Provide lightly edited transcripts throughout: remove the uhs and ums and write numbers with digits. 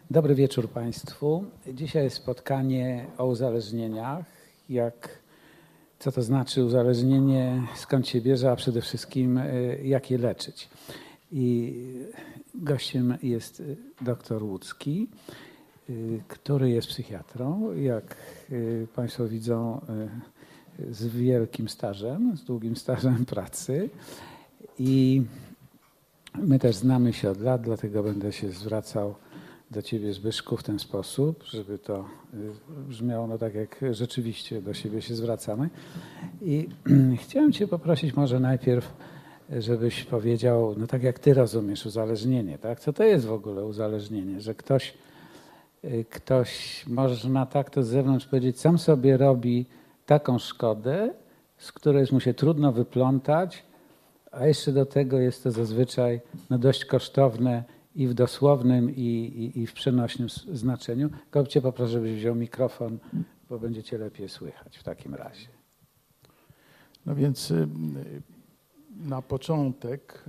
Dobry wieczór Państwu. Dzisiaj jest spotkanie o uzależnieniach. Co to znaczy uzależnienie, skąd się bierze, a przede wszystkim jak je leczyć. I gościem jest dr Łódzki, który jest psychiatrą, jak Państwo widzą, z wielkim stażem, z długim stażem pracy. I my też znamy się od lat, dlatego będę się zwracał do Ciebie, Zbyszku, w ten sposób, żeby to brzmiało tak, jak rzeczywiście do siebie się zwracamy. I chciałem Cię poprosić może najpierw, żebyś powiedział, no tak jak Ty rozumiesz uzależnienie, tak? Co to jest w ogóle uzależnienie? Że ktoś można tak to z zewnątrz powiedzieć, sam sobie robi taką szkodę, z której mu się trudno wyplątać, a jeszcze do tego jest to zazwyczaj dość kosztowne i w dosłownym, i w przenośnym znaczeniu. Tylko Cię poproszę, żebyś wziął mikrofon, bo będzie Cię lepiej słychać w takim razie. No więc na początek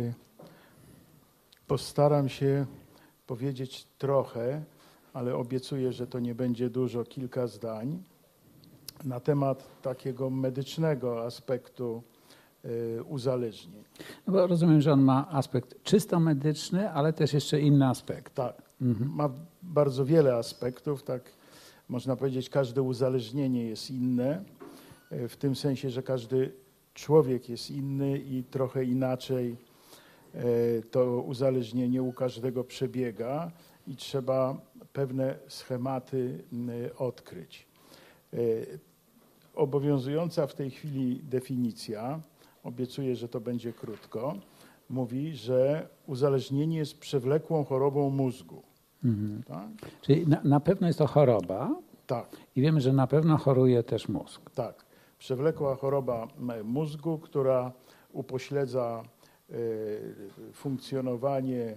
postaram się powiedzieć trochę, ale obiecuję, że to nie będzie dużo, kilka zdań, na temat takiego medycznego aspektu uzależnień. No bo rozumiem, że on ma aspekt czysto medyczny, ale też jeszcze inny aspekt. Tak, ma bardzo wiele aspektów, tak można powiedzieć, każde uzależnienie jest inne, w tym sensie, że każdy człowiek jest inny i trochę inaczej to uzależnienie u każdego przebiega i trzeba pewne schematy odkryć. Obowiązująca w tej chwili definicja, obiecuję, że to będzie krótko, mówi, że uzależnienie jest przewlekłą chorobą mózgu. Tak? Czyli na pewno jest to choroba. Tak. I wiemy, że na pewno choruje też mózg. Tak. Przewlekła choroba mózgu, która upośledza funkcjonowanie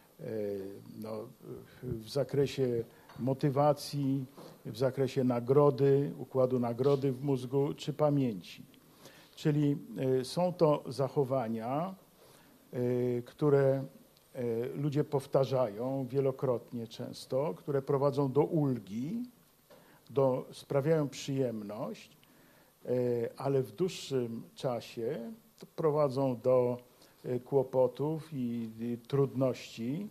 w zakresie motywacji, w zakresie nagrody, układu nagrody w mózgu czy pamięci. Czyli są to zachowania, które ludzie powtarzają wielokrotnie często, które prowadzą do ulgi, sprawiają przyjemność, ale w dłuższym czasie prowadzą do kłopotów i trudności,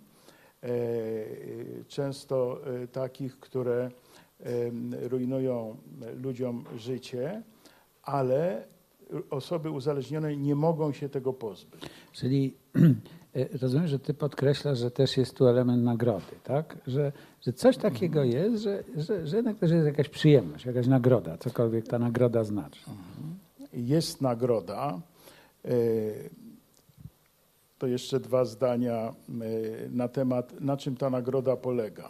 często takich, które rujnują ludziom życie, ale osoby uzależnione nie mogą się tego pozbyć. Czyli rozumiem, że Ty podkreślasz, że też jest tu element nagrody, tak? Że coś takiego jest, że jednak też jest jakaś przyjemność, jakaś nagroda, cokolwiek ta nagroda znaczy. Jest nagroda. To jeszcze dwa zdania na temat, na czym ta nagroda polega.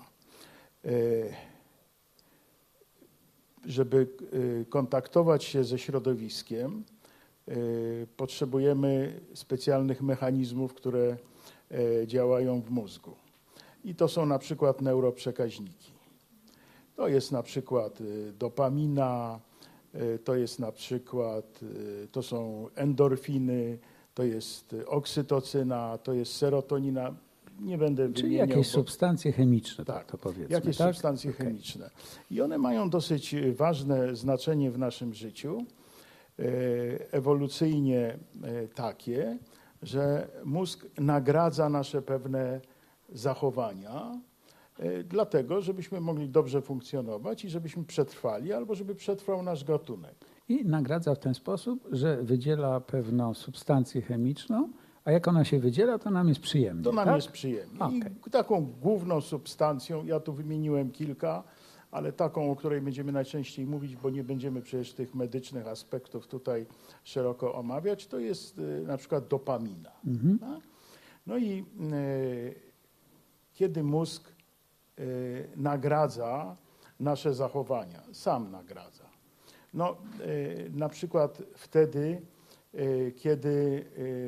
Żeby kontaktować się ze środowiskiem, potrzebujemy specjalnych mechanizmów, które działają w mózgu. I to są na przykład neuroprzekaźniki. To jest na przykład dopamina, to jest na przykład, to są endorfiny, to jest oksytocyna, to jest serotonina. Nie będę wymieniał. Czyli jakieś substancje chemiczne, tak to powiedzmy. Jakieś substancje chemiczne. I one mają dosyć ważne znaczenie w naszym życiu, ewolucyjnie takie, że mózg nagradza nasze pewne zachowania, dlatego, żebyśmy mogli dobrze funkcjonować i żebyśmy przetrwali, albo żeby przetrwał nasz gatunek. I nagradza w ten sposób, że wydziela pewną substancję chemiczną, a jak ona się wydziela, to nam jest przyjemnie. To nam tak? jest przyjemnie. Okay. I taką główną substancją, ja tu wymieniłem kilka, ale taką, o której będziemy najczęściej mówić, bo nie będziemy przecież tych medycznych aspektów tutaj szeroko omawiać, to jest na przykład dopamina. Tak? No i kiedy mózg nagradza nasze zachowania, sam nagradza. No, na przykład wtedy, kiedy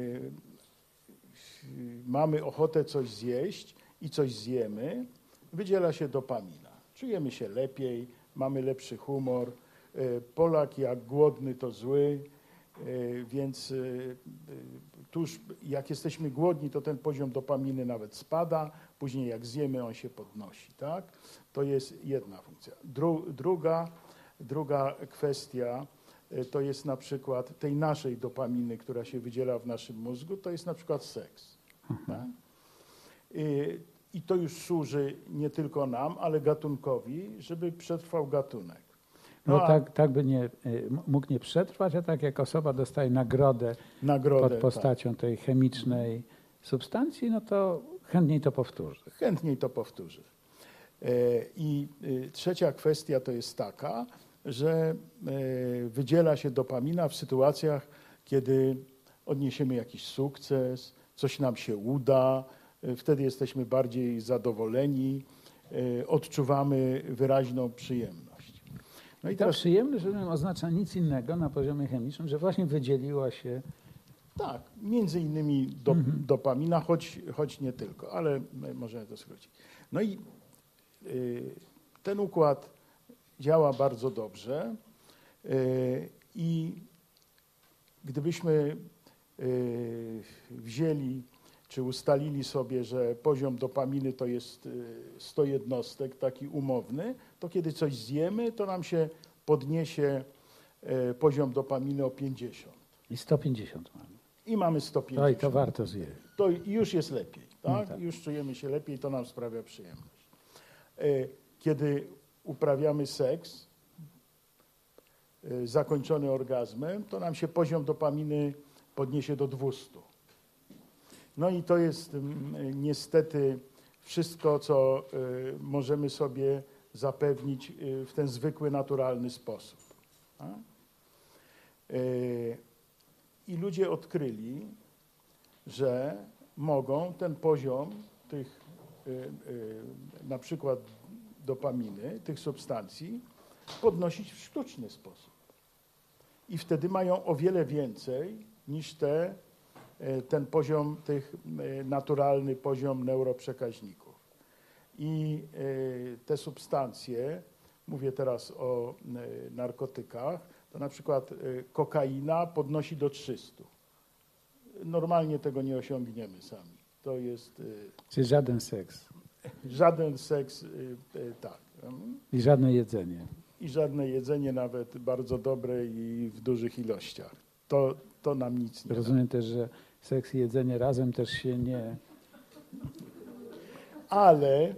mamy ochotę coś zjeść i coś zjemy, wydziela się dopamina. Czujemy się lepiej, mamy lepszy humor. Polak jak głodny to zły Więc tuż jak jesteśmy głodni, to ten poziom dopaminy nawet spada, później jak zjemy, on się podnosi. Tak? To jest jedna funkcja. Druga kwestia to jest na przykład tej naszej dopaminy, która się wydziela w naszym mózgu, to jest na przykład seks. Tak? I to już służy nie tylko nam, ale gatunkowi, żeby przetrwał gatunek. No tak by mógł nie przetrwać, a tak jak osoba dostaje nagrodę pod postacią tej chemicznej substancji, no to chętniej to powtórzy. Chętniej to powtórzy. I trzecia kwestia to jest taka, że wydziela się dopamina w sytuacjach, kiedy odniesiemy jakiś sukces, coś nam się uda, wtedy jesteśmy bardziej zadowoleni, odczuwamy wyraźną przyjemność. No i ta przyjemność oznacza nic innego na poziomie chemicznym, że właśnie wydzieliła się. Tak, między innymi dopamina, choć nie tylko, ale możemy to skrócić. No i ten układ działa bardzo dobrze i gdybyśmy wzięli czy ustalili sobie, że poziom dopaminy to jest 100 jednostek, taki umowny, to kiedy coś zjemy, to nam się podniesie poziom dopaminy o 50. I 150 mamy. I mamy 150. No i to warto zjeść. To już jest lepiej, tak? No tak. Już czujemy się lepiej, to nam sprawia przyjemność. Kiedy uprawiamy seks zakończony orgazmem, to nam się poziom dopaminy podniesie do 200. No i to jest niestety wszystko, co możemy sobie zapewnić w ten zwykły, naturalny sposób. I ludzie odkryli, że mogą ten poziom tych na przykład dopaminy, tych substancji podnosić w sztuczny sposób. I wtedy mają o wiele więcej niż ten poziom, naturalny poziom neuroprzekaźników. I te substancje, mówię teraz o narkotykach, to na przykład kokaina podnosi do 300. Normalnie tego nie osiągniemy sami. To jest... Czyli żaden seks. Żaden seks, tak. I żadne jedzenie. I żadne jedzenie, nawet bardzo dobre i w dużych ilościach. To nam nic nie Rozumiem też, że seks i jedzenie razem też się nie... Ale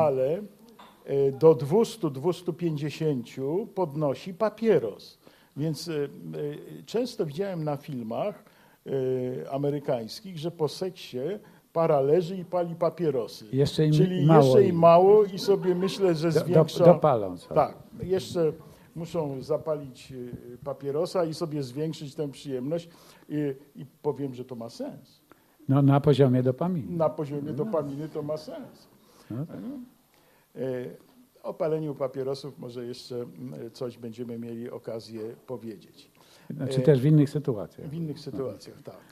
do 200-250 podnosi papieros. Więc często widziałem na filmach amerykańskich, że po seksie para leży i pali papierosy. Czyli jeszcze im mało i sobie myślę, że zwiększą... Dopalą sobie. Tak, jeszcze muszą zapalić papierosa i sobie zwiększyć tę przyjemność i powiem, że to ma sens. No na poziomie dopaminy. Na poziomie dopaminy to ma sens. No tak. O paleniu papierosów może jeszcze coś będziemy mieli okazję powiedzieć. Znaczy też w innych sytuacjach. W innych sytuacjach, tak.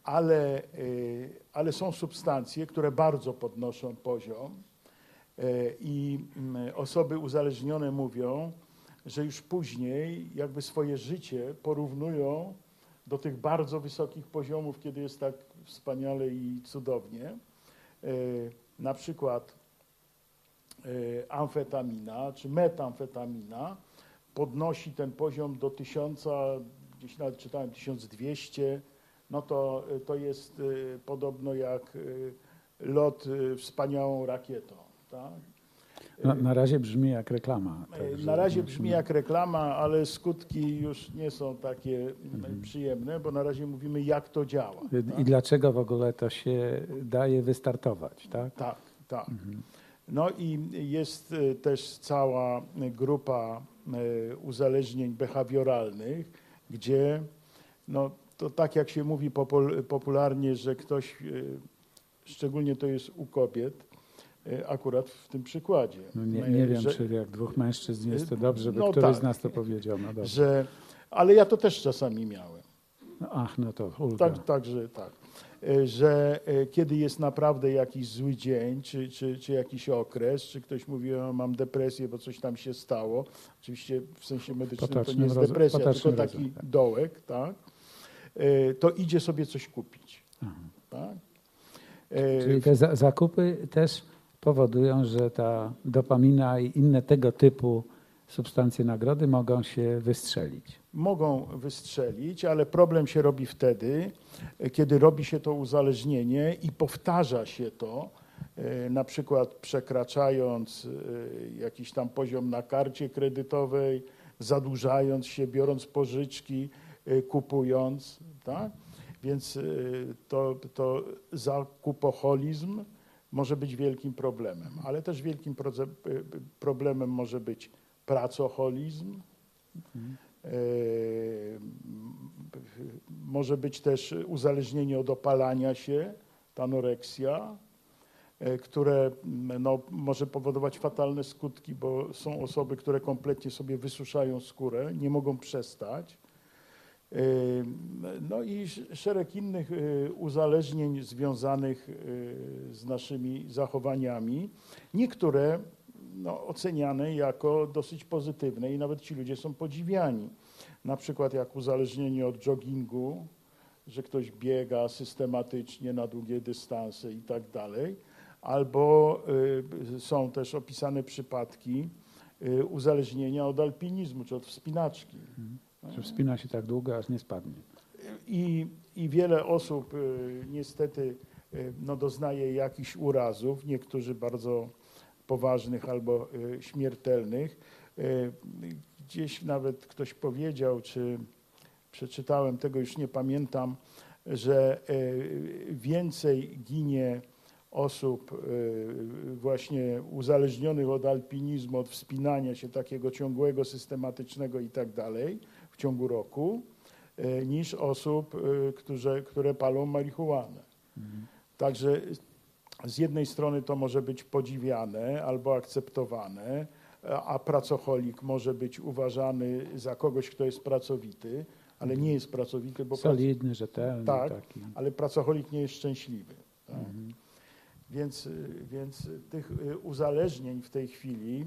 Ale są substancje, które bardzo podnoszą poziom i osoby uzależnione mówią, że już później jakby swoje życie porównują do tych bardzo wysokich poziomów, kiedy jest tak wspaniale i cudownie. Na przykład amfetamina czy metamfetamina podnosi ten poziom do 1000, gdzieś nawet czytałem 1200, no to jest podobno jak lot wspaniałą rakietą. Tak? No, na razie brzmi jak reklama. Na razie brzmi jak reklama, ale skutki już nie są takie przyjemne, bo na razie mówimy, jak to działa. I dlaczego w ogóle to się daje wystartować, tak? Tak. No i jest też cała grupa uzależnień behawioralnych, gdzie no, to tak jak się mówi popularnie, że ktoś, szczególnie to jest u kobiet, akurat w tym przykładzie. No nie wiem, czy jak dwóch mężczyzn jest to dobrze, by któryś z nas to powiedział. No dobrze. Ale ja to też czasami miałem. No to ulga. Także tak. Że kiedy jest naprawdę jakiś zły dzień, czy jakiś okres, czy ktoś mówi, mam depresję, bo coś tam się stało. Oczywiście w sensie medycznym to nie jest depresja, tylko taki dołek, tak? to idzie sobie coś kupić. Tak? Czyli te zakupy też powodują, że ta dopamina i inne tego typu substancje nagrody mogą się wystrzelić. Mogą wystrzelić, ale problem się robi wtedy, kiedy robi się to uzależnienie i powtarza się to, na przykład przekraczając jakiś tam poziom na karcie kredytowej, zadłużając się, biorąc pożyczki, kupując, tak? Więc to zakupoholizm może być wielkim problemem, ale też wielkim problemem może być pracoholizm, może być też uzależnienie od opalania się, ta anoreksja, które może powodować fatalne skutki, bo są osoby, które kompletnie sobie wysuszają skórę, nie mogą przestać. No i szereg innych uzależnień związanych z naszymi zachowaniami. Niektóre oceniane jako dosyć pozytywne i nawet ci ludzie są podziwiani. Na przykład jak uzależnienie od joggingu, że ktoś biega systematycznie na długie dystanse i tak dalej. Albo są też opisane przypadki uzależnienia od alpinizmu, czy od wspinaczki. Że wspina się tak długo, aż nie spadnie. I wiele osób niestety doznaje jakichś urazów, niektórzy bardzo poważnych albo śmiertelnych. Gdzieś nawet ktoś powiedział, czy przeczytałem, tego już nie pamiętam, że więcej ginie osób właśnie uzależnionych od alpinizmu, od wspinania się takiego ciągłego, systematycznego i tak dalej w ciągu roku, niż osób, które palą marihuanę. Także z jednej strony to może być podziwiane albo akceptowane, a pracoholik może być uważany za kogoś, kto jest pracowity, ale nie jest pracowity, bo solidny, rzetelny. Tak, taki. ale pracoholik nie jest szczęśliwy. Tak? Więc tych uzależnień w tej chwili,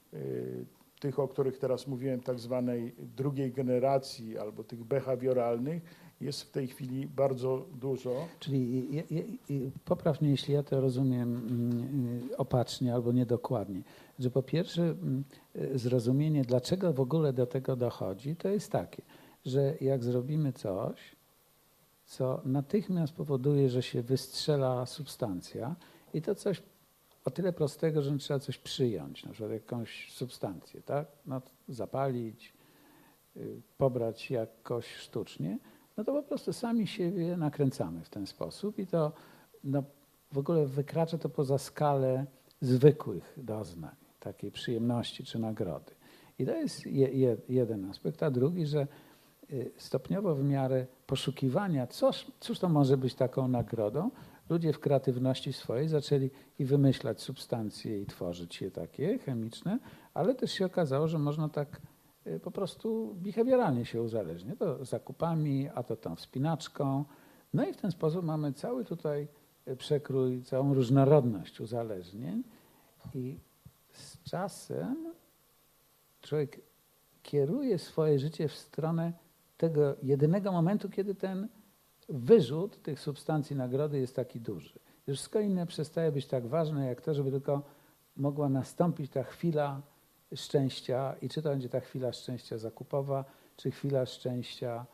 tych, o których teraz mówiłem, tak zwanej drugiej generacji albo tych behawioralnych, jest w tej chwili bardzo dużo. Czyli popraw mnie, jeśli ja to rozumiem opacznie albo niedokładnie, że po pierwsze zrozumienie, dlaczego w ogóle do tego dochodzi, to jest takie, że jak zrobimy coś, co natychmiast powoduje, że się wystrzela substancja i to coś o tyle prostego, że trzeba coś przyjąć, na przykład jakąś substancję, tak? Zapalić, pobrać jakoś sztucznie, no to po prostu sami siebie nakręcamy w ten sposób i to w ogóle wykracza to poza skalę zwykłych doznań, takiej przyjemności czy nagrody. I to jest jeden aspekt, a drugi, że stopniowo w miarę poszukiwania, cóż to może być taką nagrodą, ludzie w kreatywności swojej zaczęli i wymyślać substancje i tworzyć je takie chemiczne, ale też się okazało, że można tak po prostu behawioralnie się uzależnić. To zakupami, a to tą wspinaczką. No i w ten sposób mamy cały tutaj przekrój, całą różnorodność uzależnień i z czasem człowiek kieruje swoje życie w stronę tego jedynego momentu, kiedy ten wyrzut tych substancji nagrody jest taki duży. Już wszystko inne przestaje być tak ważne, jak to, żeby tylko mogła nastąpić ta chwila szczęścia i czy to będzie ta chwila szczęścia zakupowa, czy chwila szczęścia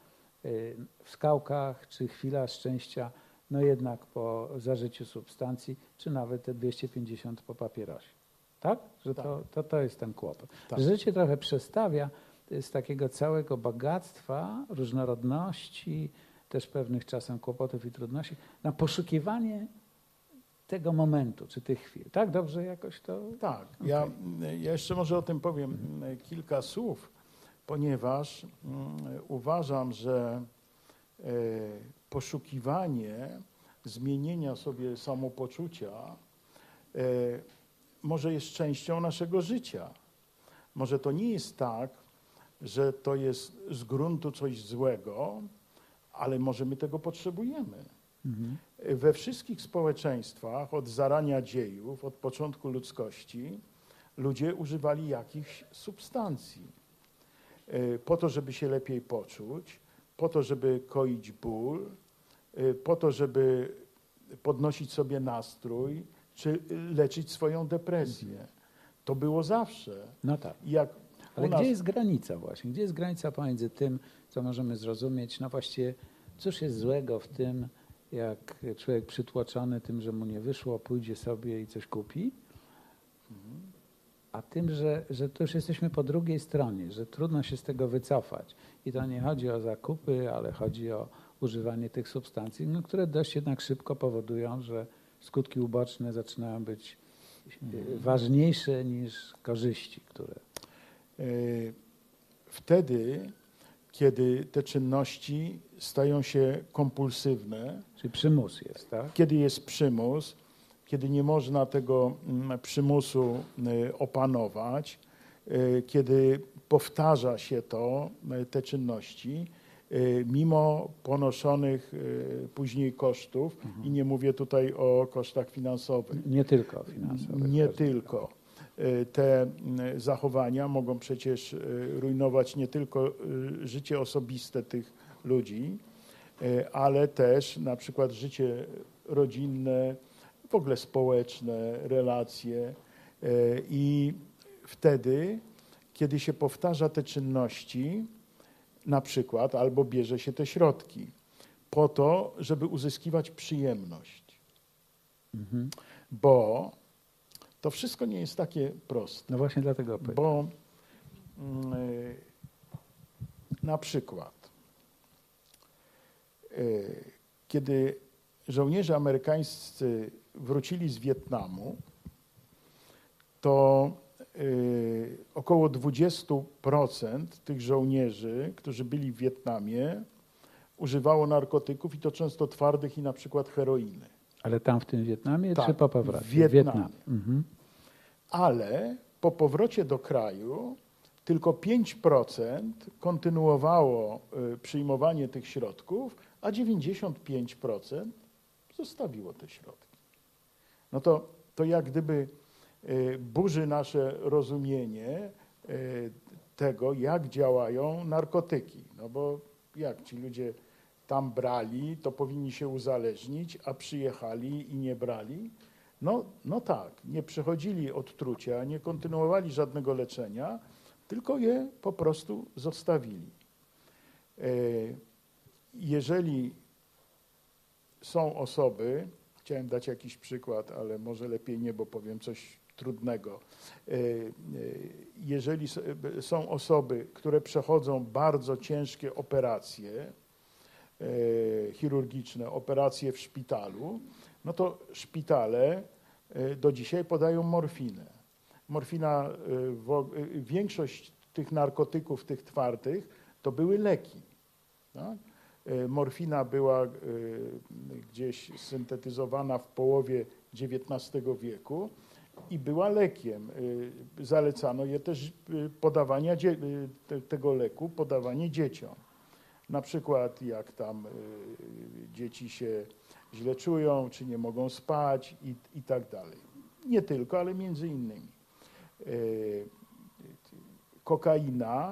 w skałkach, czy chwila szczęścia jednak po zażyciu substancji, czy nawet te 250 po papierosie. Tak? Że tak. To jest ten kłopot. Tak. Że życie trochę przestawia z takiego całego bogactwa, różnorodności, też pewnych czasem kłopotów i trudności, na poszukiwanie tego momentu, czy tych chwil. Tak? Dobrze jakoś to? Tak. Okay. Ja jeszcze może o tym powiem kilka słów, ponieważ uważam, że poszukiwanie zmienienia sobie samopoczucia może jest częścią naszego życia. Może to nie jest tak, że to jest z gruntu coś złego, ale może my tego potrzebujemy. We wszystkich społeczeństwach od zarania dziejów, od początku ludzkości, ludzie używali jakichś substancji po to, żeby się lepiej poczuć, po to, żeby koić ból, po to, żeby podnosić sobie nastrój, czy leczyć swoją depresję. To było zawsze. No tak. Jak Ale gdzie jest granica właśnie? Gdzie jest granica pomiędzy tym, co możemy zrozumieć? No właściwie, cóż jest złego w tym, jak człowiek przytłoczony tym, że mu nie wyszło, pójdzie sobie i coś kupi, a tym, że to już jesteśmy po drugiej stronie, że trudno się z tego wycofać. I to nie chodzi o zakupy, ale chodzi o używanie tych substancji, no, które dość jednak szybko powodują, że skutki uboczne zaczynają być ważniejsze niż korzyści, które... Wtedy, kiedy te czynności stają się kompulsywne, Czyli przymus jest, tak? kiedy jest przymus, kiedy nie można tego przymusu opanować, kiedy powtarza się te czynności, mimo ponoszonych później kosztów, i nie mówię tutaj o kosztach finansowych. Nie tylko finansowych. Nie tylko. Te zachowania mogą przecież rujnować nie tylko życie osobiste tych ludzi, ale też na przykład życie rodzinne, w ogóle społeczne, relacje. I wtedy, kiedy się powtarza te czynności, na przykład, albo bierze się te środki po to, żeby uzyskiwać przyjemność. Bo to wszystko nie jest takie proste. No właśnie dlatego pytam. Bo na przykład, kiedy żołnierze amerykańscy wrócili z Wietnamu, to około 20% tych żołnierzy, którzy byli w Wietnamie, używało narkotyków, i to często twardych, i na przykład heroiny. Ale tam w tym Wietnamie, Tak, czy po powrocie? w Wietnamie. Mhm. Ale po powrocie do kraju tylko 5% kontynuowało przyjmowanie tych środków, a 95% zostawiło te środki. No to jak gdyby burzy nasze rozumienie tego, jak działają narkotyki. No bo jak ci ludzie tam brali, to powinni się uzależnić, a przyjechali i nie brali? No tak, nie przechodzili odtrucia, nie kontynuowali żadnego leczenia, tylko je po prostu zostawili. Jeżeli są osoby, chciałem dać jakiś przykład, ale może lepiej nie, bo powiem coś trudnego. Jeżeli są osoby, które przechodzą bardzo ciężkie operacje chirurgiczne, operacje w szpitalu, no to szpitale do dzisiaj podają morfinę. Morfina, większość tych narkotyków, tych twardych, to były leki. Tak? Morfina była gdzieś syntetyzowana w połowie XIX wieku i była lekiem. Zalecano je też tego leku podawanie dzieciom. Na przykład jak tam dzieci się źle czują, czy nie mogą spać i tak dalej. Nie tylko, ale między innymi. Kokaina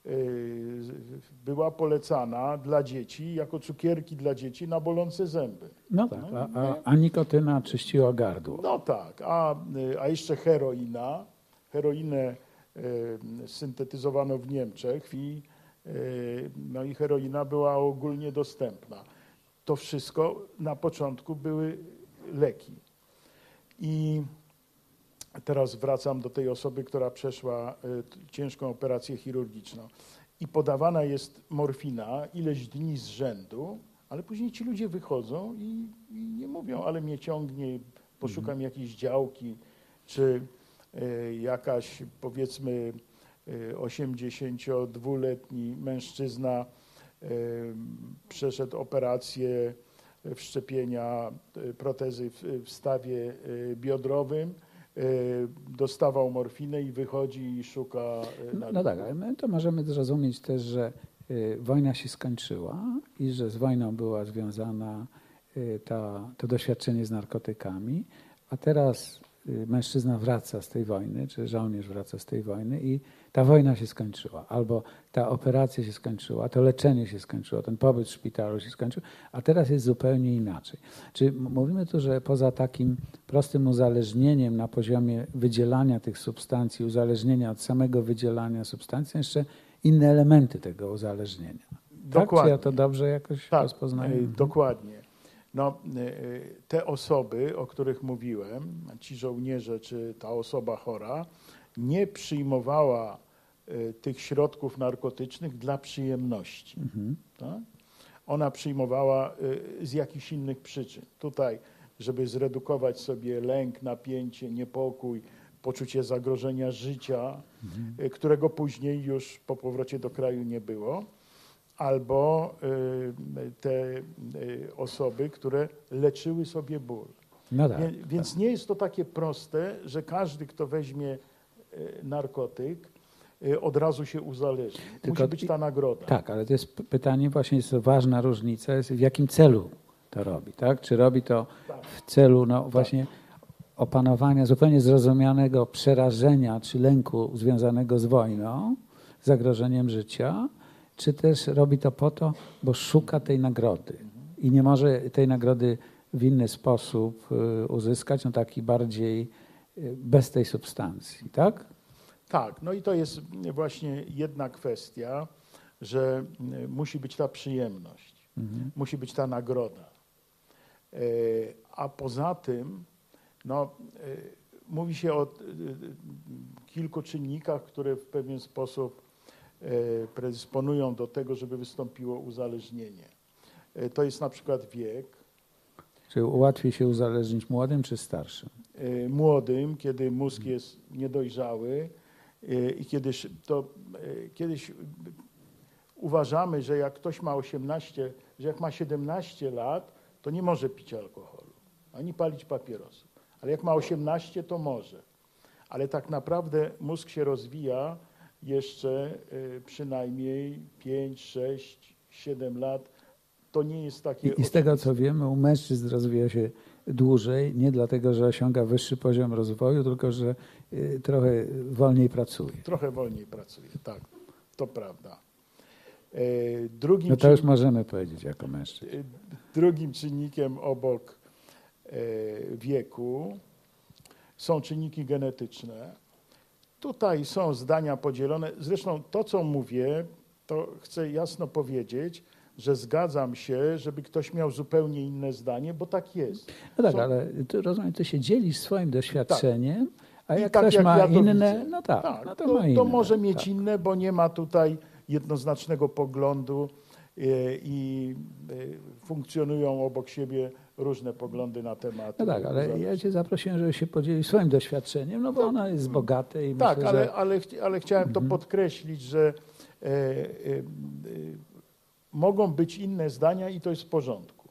była polecana dla dzieci jako cukierki dla dzieci na bolące zęby. No tak, a nikotyna czyściła gardło. No tak, a jeszcze heroinę syntetyzowano w Niemczech i heroina była ogólnie dostępna. To wszystko na początku były leki. I teraz wracam do tej osoby, która przeszła ciężką operację chirurgiczną. I podawana jest morfina ileś dni z rzędu, ale później ci ludzie wychodzą i nie mówią, ale mnie ciągnie, poszukam jakiejś działki, czy jakaś, powiedzmy, 82-letni mężczyzna przeszedł operację wszczepienia protezy w stawie biodrowym, dostawał morfinę i wychodzi i szuka... No tak, ale my to możemy zrozumieć też, że wojna się skończyła i że z wojną była związana to doświadczenie z narkotykami, a teraz mężczyzna wraca z tej wojny, czy żołnierz wraca z tej wojny i ta wojna się skończyła, albo ta operacja się skończyła, to leczenie się skończyło, ten pobyt w szpitalu się skończył, a teraz jest zupełnie inaczej. Czy mówimy tu, że poza takim prostym uzależnieniem na poziomie wydzielania tych substancji, uzależnienia od samego wydzielania substancji, są jeszcze inne elementy tego uzależnienia? Dokładnie. Tak? Czy ja to dobrze jakoś rozpoznaję? Dokładnie. No, te osoby, o których mówiłem, ci żołnierze czy ta osoba chora, nie przyjmowała tych środków narkotycznych dla przyjemności. Tak? Ona przyjmowała z jakichś innych przyczyn. Tutaj, żeby zredukować sobie lęk, napięcie, niepokój, poczucie zagrożenia życia, którego później już po powrocie do kraju nie było. Albo te osoby, które leczyły sobie ból. No tak, Więc nie jest to takie proste, że każdy, kto weźmie narkotyk, od razu się uzależni. Musi być ta nagroda. Tak, ale to jest pytanie, właśnie jest to ważna różnica, jest w jakim celu to robi, tak? Czy robi to w celu właśnie opanowania zupełnie zrozumianego przerażenia czy lęku związanego z wojną, zagrożeniem życia, czy też robi to po to, bo szuka tej nagrody i nie może tej nagrody w inny sposób uzyskać, no taki bardziej bez tej substancji, tak? Tak, no i to jest właśnie jedna kwestia, że musi być ta przyjemność, musi być ta nagroda. A poza tym, no, mówi się o kilku czynnikach, które w pewien sposób predysponują do tego, żeby wystąpiło uzależnienie. To jest na przykład wiek. Czy łatwiej się uzależnić młodym czy starszym? Młodym, kiedy mózg jest niedojrzały i kiedyś uważamy, że jak ktoś ma 18, że jak ma 17 lat, to nie może pić alkoholu, ani palić papierosów. Ale jak ma 18, to może. Ale tak naprawdę mózg się rozwija jeszcze przynajmniej 5, 6, 7 lat. To nie jest takie I z tego, co wiemy, u mężczyzn rozwija się dłużej, nie dlatego, że osiąga wyższy poziom rozwoju, tylko że trochę wolniej pracuje. Trochę wolniej pracuje, tak, to prawda. No to już możemy powiedzieć jako mężczyzn. Drugim czynnikiem obok wieku są czynniki genetyczne. Tutaj są zdania podzielone. Zresztą to, co mówię, to chcę jasno powiedzieć, że zgadzam się, żeby ktoś miał zupełnie inne zdanie, bo tak jest. No tak, ale ty, rozumiem, ty się dzielisz swoim doświadczeniem, a jak tak, ktoś jak ma ja to inne, widzę. no tak, no to ma to inne. może mieć tak. inne, bo nie ma tutaj jednoznacznego poglądu i funkcjonują obok siebie różne poglądy na temat. No tak, ale ja cię zaprosiłem, żeby się podzielić swoim doświadczeniem, no bo ono jest bogate i tak, myślę, ale chciałem to podkreślić, że mogą być inne zdania i to jest w porządku.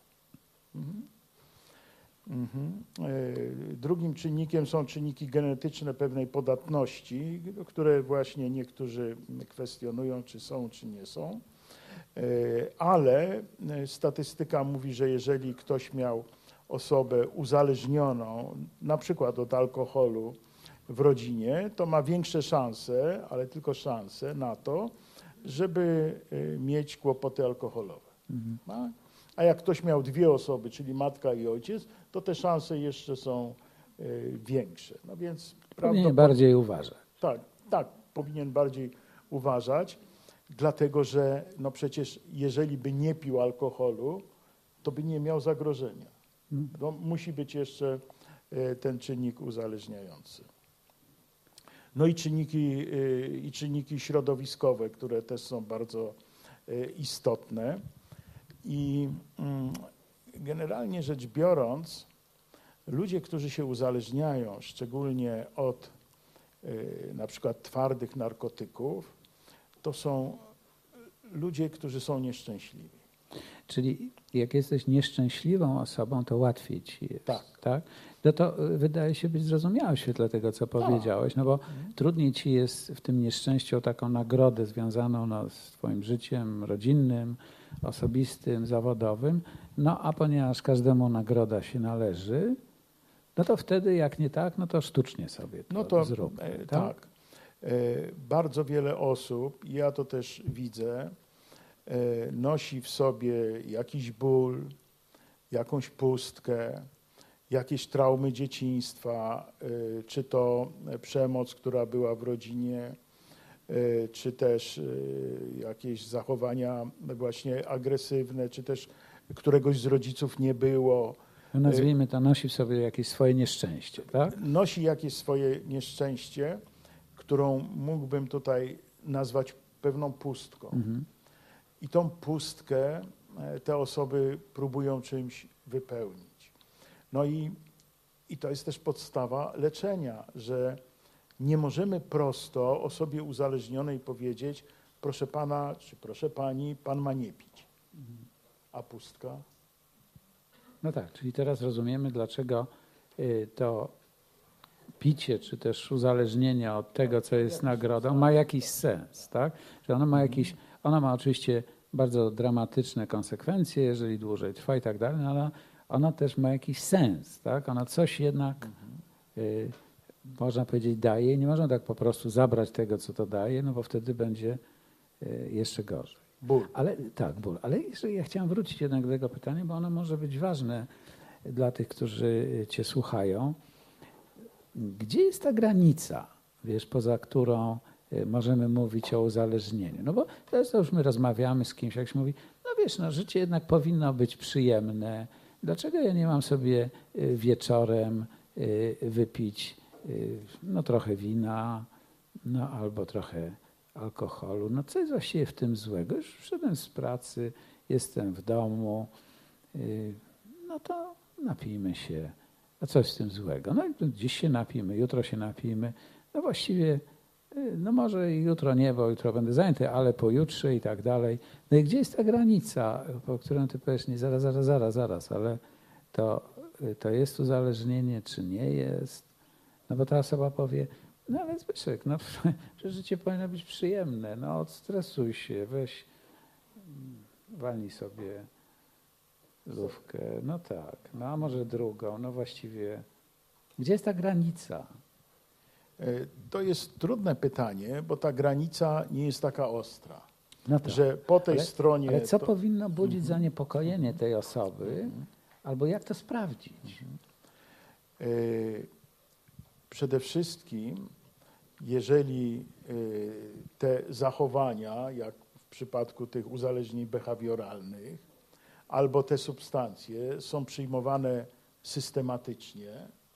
Drugim czynnikiem są czynniki genetyczne pewnej podatności, które właśnie niektórzy kwestionują, czy są, czy nie są. Ale statystyka mówi, że jeżeli ktoś miał osobę uzależnioną, na przykład od alkoholu w rodzinie, to ma większe szanse, ale tylko szanse na to, żeby mieć kłopoty alkoholowe. A jak ktoś miał dwie osoby, czyli matka i ojciec, to te szanse jeszcze są większe. No więc powinien bardziej uważać. Tak, powinien bardziej uważać, dlatego że no przecież jeżeli by nie pił alkoholu, to by nie miał zagrożenia. No, musi być jeszcze ten czynnik uzależniający. No i czynniki środowiskowe, które też są bardzo istotne. I generalnie rzecz biorąc, ludzie, którzy się uzależniają, szczególnie od na przykład twardych narkotyków, to są ludzie, którzy są nieszczęśliwi. Czyli jak jesteś nieszczęśliwą osobą, to łatwiej ci jest. Tak. No to wydaje się być zrozumiałe w świetle tego, co powiedziałeś, no bo trudniej ci jest w tym nieszczęściu o taką nagrodę związaną z twoim życiem rodzinnym, osobistym, zawodowym, no a ponieważ każdemu nagroda się należy, No to wtedy, jak nie tak, no to sztucznie sobie to, No to zróbmy. tak. Bardzo wiele osób, ja to też widzę, nosi w sobie jakiś ból, jakąś pustkę, jakieś traumy dzieciństwa, czy to przemoc, która była w rodzinie, czy też jakieś zachowania właśnie agresywne, czy też któregoś z rodziców nie było. No nazwijmy to, nosi w sobie jakieś swoje nieszczęście, tak? Nosi jakieś swoje nieszczęście, którą mógłbym tutaj nazwać pewną pustką. I tą pustkę te osoby próbują czymś wypełnić. No i to jest też podstawa leczenia, że nie możemy prosto osobie uzależnionej powiedzieć: proszę pana, czy proszę pani, pan ma nie pić. A pustka? No tak, czyli teraz rozumiemy, dlaczego to picie, czy też uzależnienie od tego, co jest nagrodą, ma jakiś sens, tak? Że ono ma oczywiście bardzo dramatyczne konsekwencje, jeżeli dłużej trwa i tak dalej, no ale ona też ma jakiś sens, tak? Ona coś jednak, można powiedzieć, daje i nie można tak po prostu zabrać tego, co to daje, no bo wtedy będzie jeszcze gorzej. Ból. Ale tak, ból. Ale jeszcze ja chciałem wrócić jednak do tego pytania, bo ono może być ważne dla tych, którzy cię słuchają. Gdzie jest ta granica, wiesz, poza którą możemy mówić o uzależnieniu? No bo teraz już my rozmawiamy z kimś, jak się mówi, no wiesz, no życie jednak powinno być przyjemne. Dlaczego ja nie mam sobie wieczorem wypić no trochę wina, no albo trochę alkoholu? No co jest właściwie w tym złego? Już wszedłem z pracy, jestem w domu, no to napijmy się. A co jest w tym złego? No dziś się napijmy, jutro się napijmy. No właściwie, no może i jutro nie, bo jutro będę zajęty, ale pojutrze i tak dalej. No i gdzie jest ta granica, po którą ty powiesz, nie, zaraz, ale to jest uzależnienie, czy nie jest? No bo ta osoba powie, no ale Zbyszek, no że życie powinno być przyjemne, no odstresuj się, weź, walnij sobie lufkę, no tak, no a może drugą, no właściwie, gdzie jest ta granica? To jest trudne pytanie, bo ta granica nie jest taka ostra. No tak. Że po tej stronie... Ale co powinno budzić zaniepokojenie tej osoby, albo jak to sprawdzić? Przede wszystkim, jeżeli te zachowania, jak w przypadku tych uzależnień behawioralnych, albo te substancje są przyjmowane systematycznie,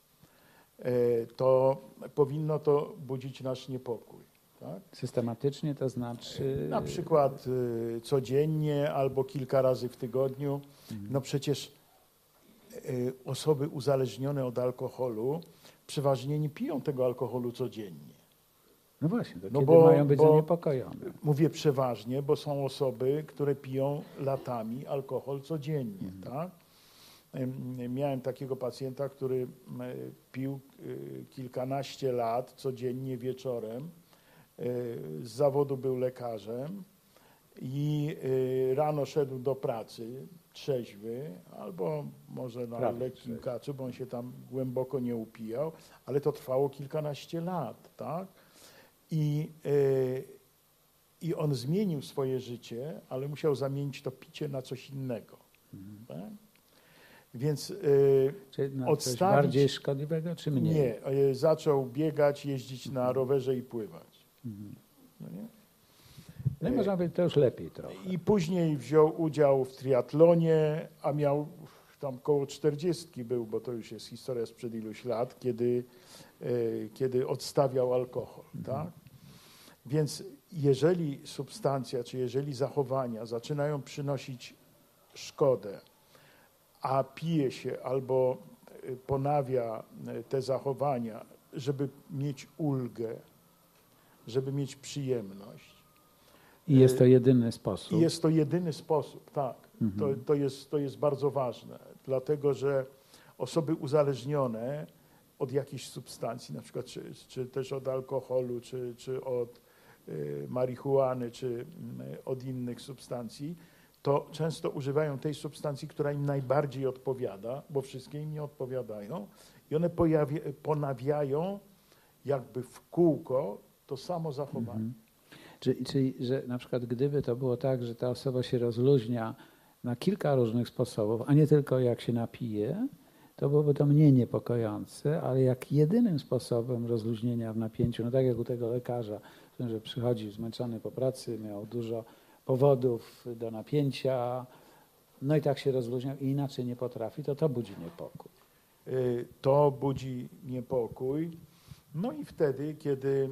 to powinno to budzić nasz niepokój. Tak? Systematycznie to znaczy... Na przykład codziennie albo kilka razy w tygodniu. No przecież osoby uzależnione od alkoholu przeważnie nie piją tego alkoholu codziennie. No właśnie, to kiedy mają być zaniepokojone? Mówię przeważnie, bo są osoby, które piją latami alkohol codziennie. Tak? Miałem takiego pacjenta, który pił kilkanaście lat codziennie wieczorem. Z zawodu był lekarzem i rano szedł do pracy trzeźwy, albo może na lekkim kaczu, bo on się tam głęboko nie upijał, ale to trwało kilkanaście lat, tak? I on zmienił swoje życie, ale musiał zamienić to picie na coś innego. Tak? Więc Czy na coś bardziej szkodliwego, czy mniej? Nie, zaczął biegać, jeździć na rowerze i pływać. No nie? No i można powiedzieć, to już lepiej trochę. I później wziął udział w triatlonie, a miał tam koło 40 był, bo to już jest historia sprzed iluś lat, kiedy odstawiał alkohol. Tak? Więc jeżeli substancja, czy jeżeli zachowania zaczynają przynosić szkodę, a pije się albo ponawia te zachowania, żeby mieć ulgę, żeby mieć przyjemność. I jest to jedyny sposób. I jest to jedyny sposób, tak. To jest bardzo ważne, dlatego że osoby uzależnione od jakiejś substancji, na przykład czy też od alkoholu, czy od marihuany, czy od innych substancji, to często używają tej substancji, która im najbardziej odpowiada, bo wszystkie im nie odpowiadają i one ponawiają jakby w kółko to samo zachowanie. Czyli, że na przykład gdyby to było tak, że ta osoba się rozluźnia na kilka różnych sposobów, a nie tylko jak się napije, to byłoby to mniej niepokojące, ale jak jedynym sposobem rozluźnienia w napięciu, no tak jak u tego lekarza, że przychodzi zmęczony po pracy, miał dużo powodów do napięcia, no i tak się rozluźniał i inaczej nie potrafi, to budzi niepokój. To budzi niepokój. No i wtedy, kiedy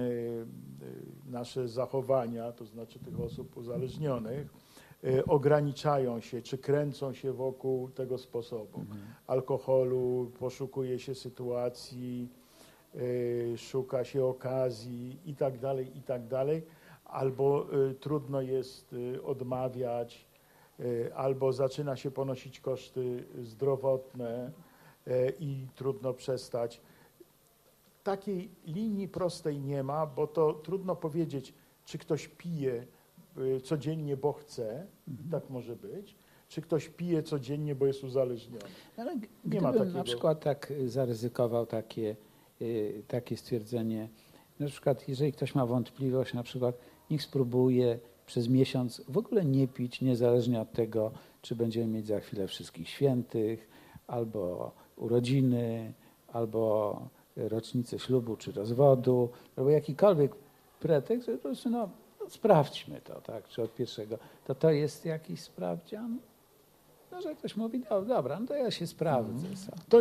nasze zachowania, to znaczy tych osób uzależnionych, ograniczają się, czy kręcą się wokół tego sposobu. Alkoholu, poszukuje się sytuacji, szuka się okazji i tak dalej, albo trudno jest odmawiać, albo zaczyna się ponosić koszty zdrowotne i trudno przestać. Takiej linii prostej nie ma, bo to trudno powiedzieć, czy ktoś pije codziennie, bo chce, tak może być, czy ktoś pije codziennie, bo jest uzależniony. Ale nie ma takiego. Na przykład tak zaryzykował takie stwierdzenie, na przykład jeżeli ktoś ma wątpliwość, na przykład niech spróbuje przez miesiąc w ogóle nie pić, niezależnie od tego, czy będziemy mieć za chwilę wszystkich świętych, albo urodziny, albo rocznicę ślubu czy rozwodu, albo jakikolwiek pretekst, że po prostu sprawdźmy to, tak, czy od pierwszego. To jest jakiś sprawdzian? No, że ktoś mówi, dobra, no to ja się sprawdzę. To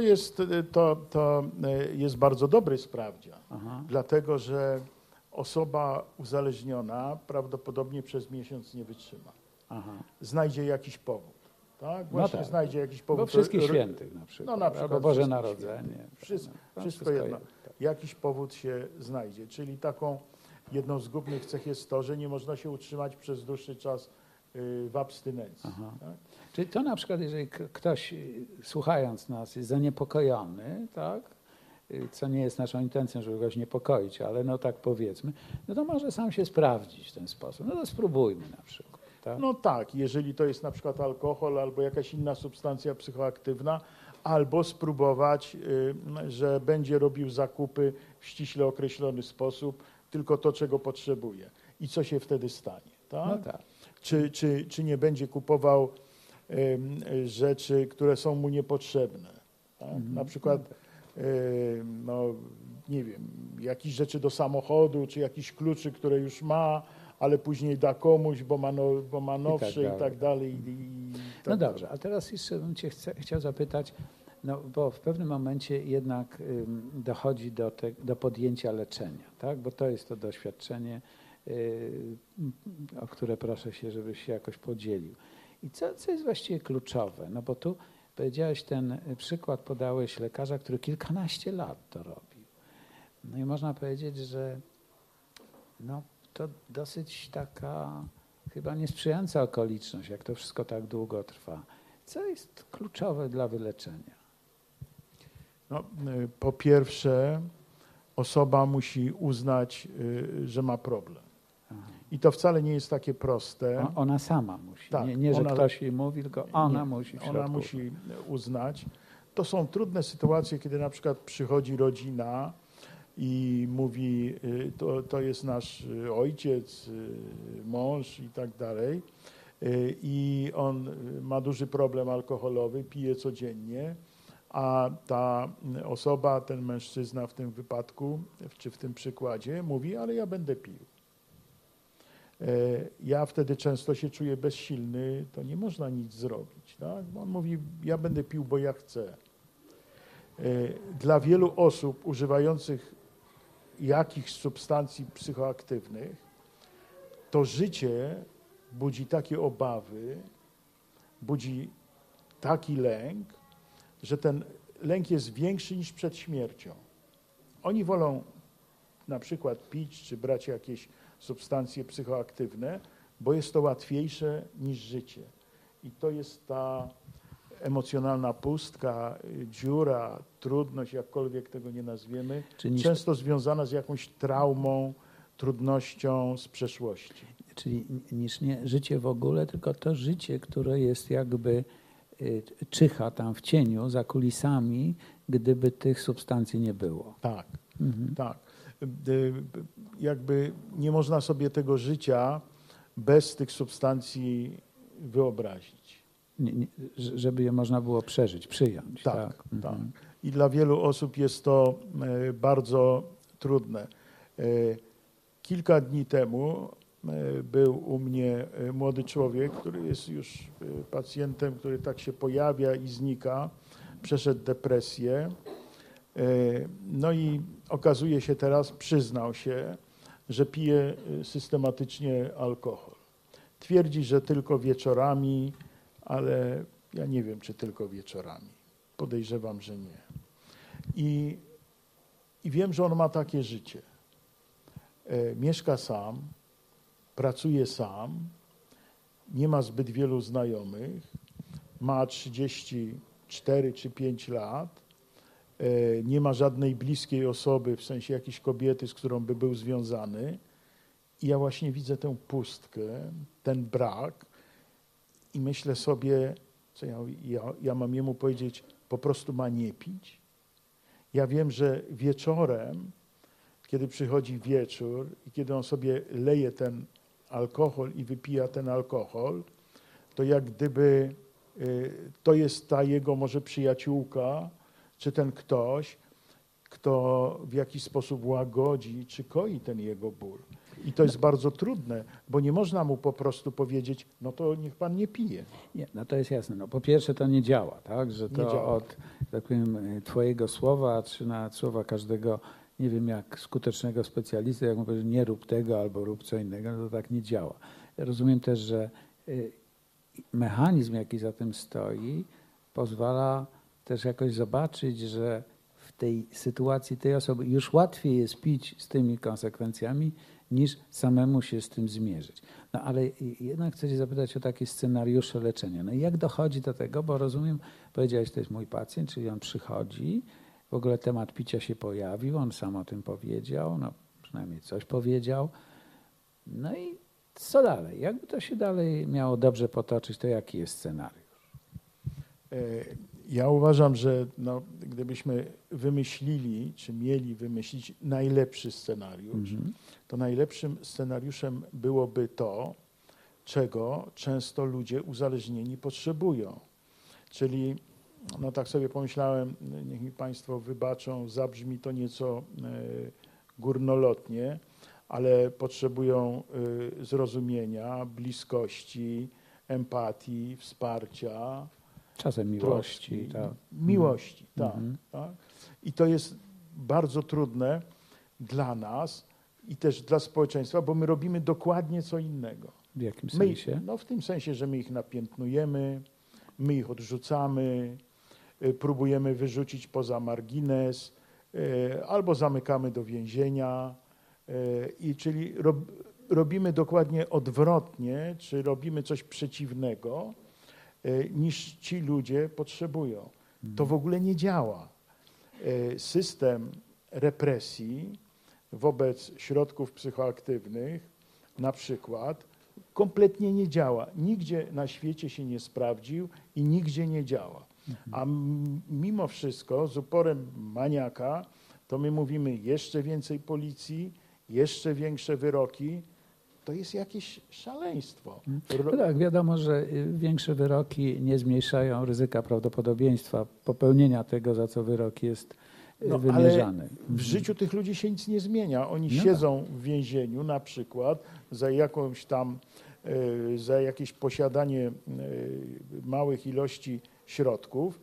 jest bardzo dobry sprawdzian, dlatego że osoba uzależniona prawdopodobnie przez miesiąc nie wytrzyma. Znajdzie jakiś powód. Tak? Właśnie tak. Znajdzie jakiś powód. Bo wszystkich świętych na przykład. No, na przykład albo Boże Narodzenie. Wszystko jedno. Jakiś powód się znajdzie. Czyli taką jedną z głównych cech jest to, że nie można się utrzymać przez dłuższy czas w abstynencji. Tak? Czyli to na przykład, jeżeli ktoś słuchając nas jest zaniepokojony, tak, co nie jest naszą intencją, żeby kogoś niepokoić, ale no tak powiedzmy, no to może sam się sprawdzić w ten sposób. No to spróbujmy na przykład. Tak? No tak, jeżeli to jest na przykład alkohol albo jakaś inna substancja psychoaktywna, albo spróbować, że będzie robił zakupy w ściśle określony sposób, tylko to, czego potrzebuje. I co się wtedy stanie? Tak? No tak. Czy nie będzie kupował rzeczy, które są mu niepotrzebne. Tak? Na przykład, nie wiem, jakieś rzeczy do samochodu, czy jakieś kluczy, które już ma, ale później da komuś, bo ma nowsze i tak dalej. No dobrze, a teraz jeszcze bym Cię chciał zapytać, no bo w pewnym momencie jednak dochodzi do podjęcia leczenia, tak? Bo to jest to doświadczenie, o które proszę się, żebyś się jakoś podzielił. I co jest właściwie kluczowe? No bo tu powiedziałeś, ten przykład podałeś lekarza, który kilkanaście lat to robił. No i można powiedzieć, że no, to dosyć taka chyba niesprzyjająca okoliczność, jak to wszystko tak długo trwa. Co jest kluczowe dla wyleczenia? No, po pierwsze, osoba musi uznać, że ma problem. I to wcale nie jest takie proste. Ona sama musi. Tak, nie że ktoś jej mówi, tylko ona musi. Ona musi uznać. To są trudne sytuacje, kiedy na przykład przychodzi rodzina i mówi, to jest nasz ojciec, mąż i tak dalej. I on ma duży problem alkoholowy, pije codziennie, a ta osoba, ten mężczyzna w tym wypadku, czy w tym przykładzie mówi, ale ja będę pił. Ja wtedy często się czuję bezsilny, to nie można nic zrobić. Tak? On mówi, ja będę pił, bo ja chcę. Dla wielu osób używających jakichś substancji psychoaktywnych, to życie budzi takie obawy, budzi taki lęk, że ten lęk jest większy niż przed śmiercią. Oni wolą na przykład pić czy brać jakieś substancje psychoaktywne, bo jest to łatwiejsze niż życie. I to jest ta emocjonalna pustka, dziura, trudność, jakkolwiek tego nie nazwiemy, często związana z jakąś traumą, trudnością z przeszłości. Czyli niż nie życie w ogóle, tylko to życie, które jest jakby czyha tam w cieniu, za kulisami, gdyby tych substancji nie było. Tak, tak. Jakby nie można sobie tego życia bez tych substancji wyobrazić. Żeby je można było przeżyć, przyjąć. Tak, tak. I dla wielu osób jest to bardzo trudne. Kilka dni temu był u mnie młody człowiek, który jest już pacjentem, który tak się pojawia i znika, przeszedł depresję. No i okazuje się teraz, przyznał się, że pije systematycznie alkohol. Twierdzi, że tylko wieczorami, ale ja nie wiem, czy tylko wieczorami. Podejrzewam, że nie. I wiem, że on ma takie życie. Mieszka sam, pracuje sam, nie ma zbyt wielu znajomych, ma 34 czy 5 lat, nie ma żadnej bliskiej osoby, w sensie jakiejś kobiety, z którą by był związany. I ja właśnie widzę tę pustkę, ten brak i myślę sobie, co ja mam jemu powiedzieć, po prostu ma nie pić. Ja wiem, że wieczorem, kiedy przychodzi wieczór i kiedy on sobie leje ten alkohol i wypija ten alkohol, to jak gdyby to jest ta jego może przyjaciółka, czy ten ktoś, kto w jakiś sposób łagodzi, czy koi ten jego ból. I to jest bardzo trudne, bo nie można mu po prostu powiedzieć, no to niech pan nie pije. Nie, no to jest jasne. No po pierwsze to nie działa, tak? Że to działa. Od, tak powiem, twojego słowa, czy nawet słowa każdego, nie wiem jak skutecznego specjalisty, jak mu powiesz, nie rób tego albo rób co innego, no to tak nie działa. Ja rozumiem też, że mechanizm, jaki za tym stoi, pozwala też jakoś zobaczyć, że w tej sytuacji tej osoby już łatwiej jest pić z tymi konsekwencjami, niż samemu się z tym zmierzyć. No ale jednak chcę cię zapytać o takie scenariusze leczenia. No i jak dochodzi do tego, bo rozumiem, powiedziałeś, to jest mój pacjent, czyli on przychodzi, w ogóle temat picia się pojawił, on sam o tym powiedział, no przynajmniej coś powiedział. No i co dalej? Jakby to się dalej miało dobrze potoczyć, to jaki jest scenariusz? Ja uważam, że no, gdybyśmy wymyślili, czy mieli wymyślić najlepszy scenariusz, to najlepszym scenariuszem byłoby to, czego często ludzie uzależnieni potrzebują. Czyli, no tak sobie pomyślałem, niech mi Państwo wybaczą, zabrzmi to nieco górnolotnie, ale potrzebują zrozumienia, bliskości, empatii, wsparcia, czasem miłości. Tak. Miłości, tak, tak. I to jest bardzo trudne dla nas i też dla społeczeństwa, bo my robimy dokładnie co innego. W jakim sensie? No w tym sensie, że my ich napiętnujemy, my ich odrzucamy, próbujemy wyrzucić poza margines, albo zamykamy do więzienia, i czyli robimy dokładnie odwrotnie, czy robimy coś przeciwnego, niż ci ludzie potrzebują. To w ogóle nie działa. System represji wobec środków psychoaktywnych na przykład kompletnie nie działa. Nigdzie na świecie się nie sprawdził i nigdzie nie działa. A mimo wszystko z uporem maniaka to my mówimy jeszcze więcej policji, jeszcze większe wyroki. To jest jakieś szaleństwo. No tak, wiadomo, że większe wyroki nie zmniejszają ryzyka prawdopodobieństwa popełnienia tego, za co wyrok jest wymierzany. Ale w życiu tych ludzi się nic nie zmienia. Oni siedzą w więzieniu na przykład za jakąś tam, za jakieś posiadanie małych ilości środków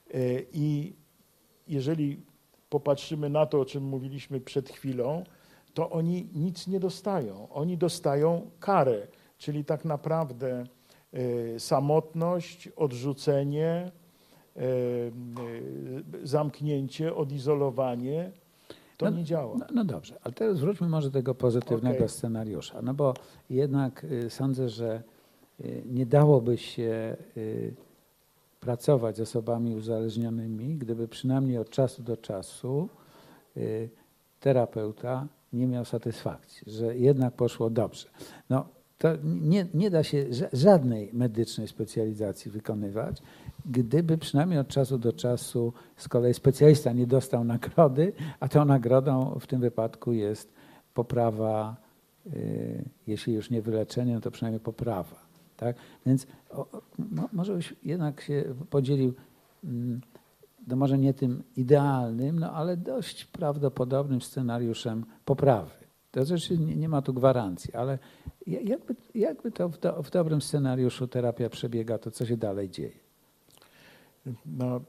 i jeżeli popatrzymy na to, o czym mówiliśmy przed chwilą, to oni nic nie dostają. Oni dostają karę, czyli tak naprawdę samotność, odrzucenie, zamknięcie, odizolowanie. To nie działa. No dobrze, ale teraz wróćmy może do tego pozytywnego scenariusza. No bo jednak sądzę, że nie dałoby się pracować z osobami uzależnionymi, gdyby przynajmniej od czasu do czasu terapeuta nie miał satysfakcji, że jednak poszło dobrze. No, to nie da się żadnej medycznej specjalizacji wykonywać, gdyby przynajmniej od czasu do czasu z kolei specjalista nie dostał nagrody, a tą nagrodą w tym wypadku jest poprawa, jeśli już nie wyleczenie, no to przynajmniej poprawa. Tak? Więc może byś jednak się podzielił, no może nie tym idealnym, no ale dość prawdopodobnym scenariuszem poprawy. To znaczy nie ma tu gwarancji, ale jakby to w dobrym scenariuszu terapia przebiega, to co się dalej dzieje? No,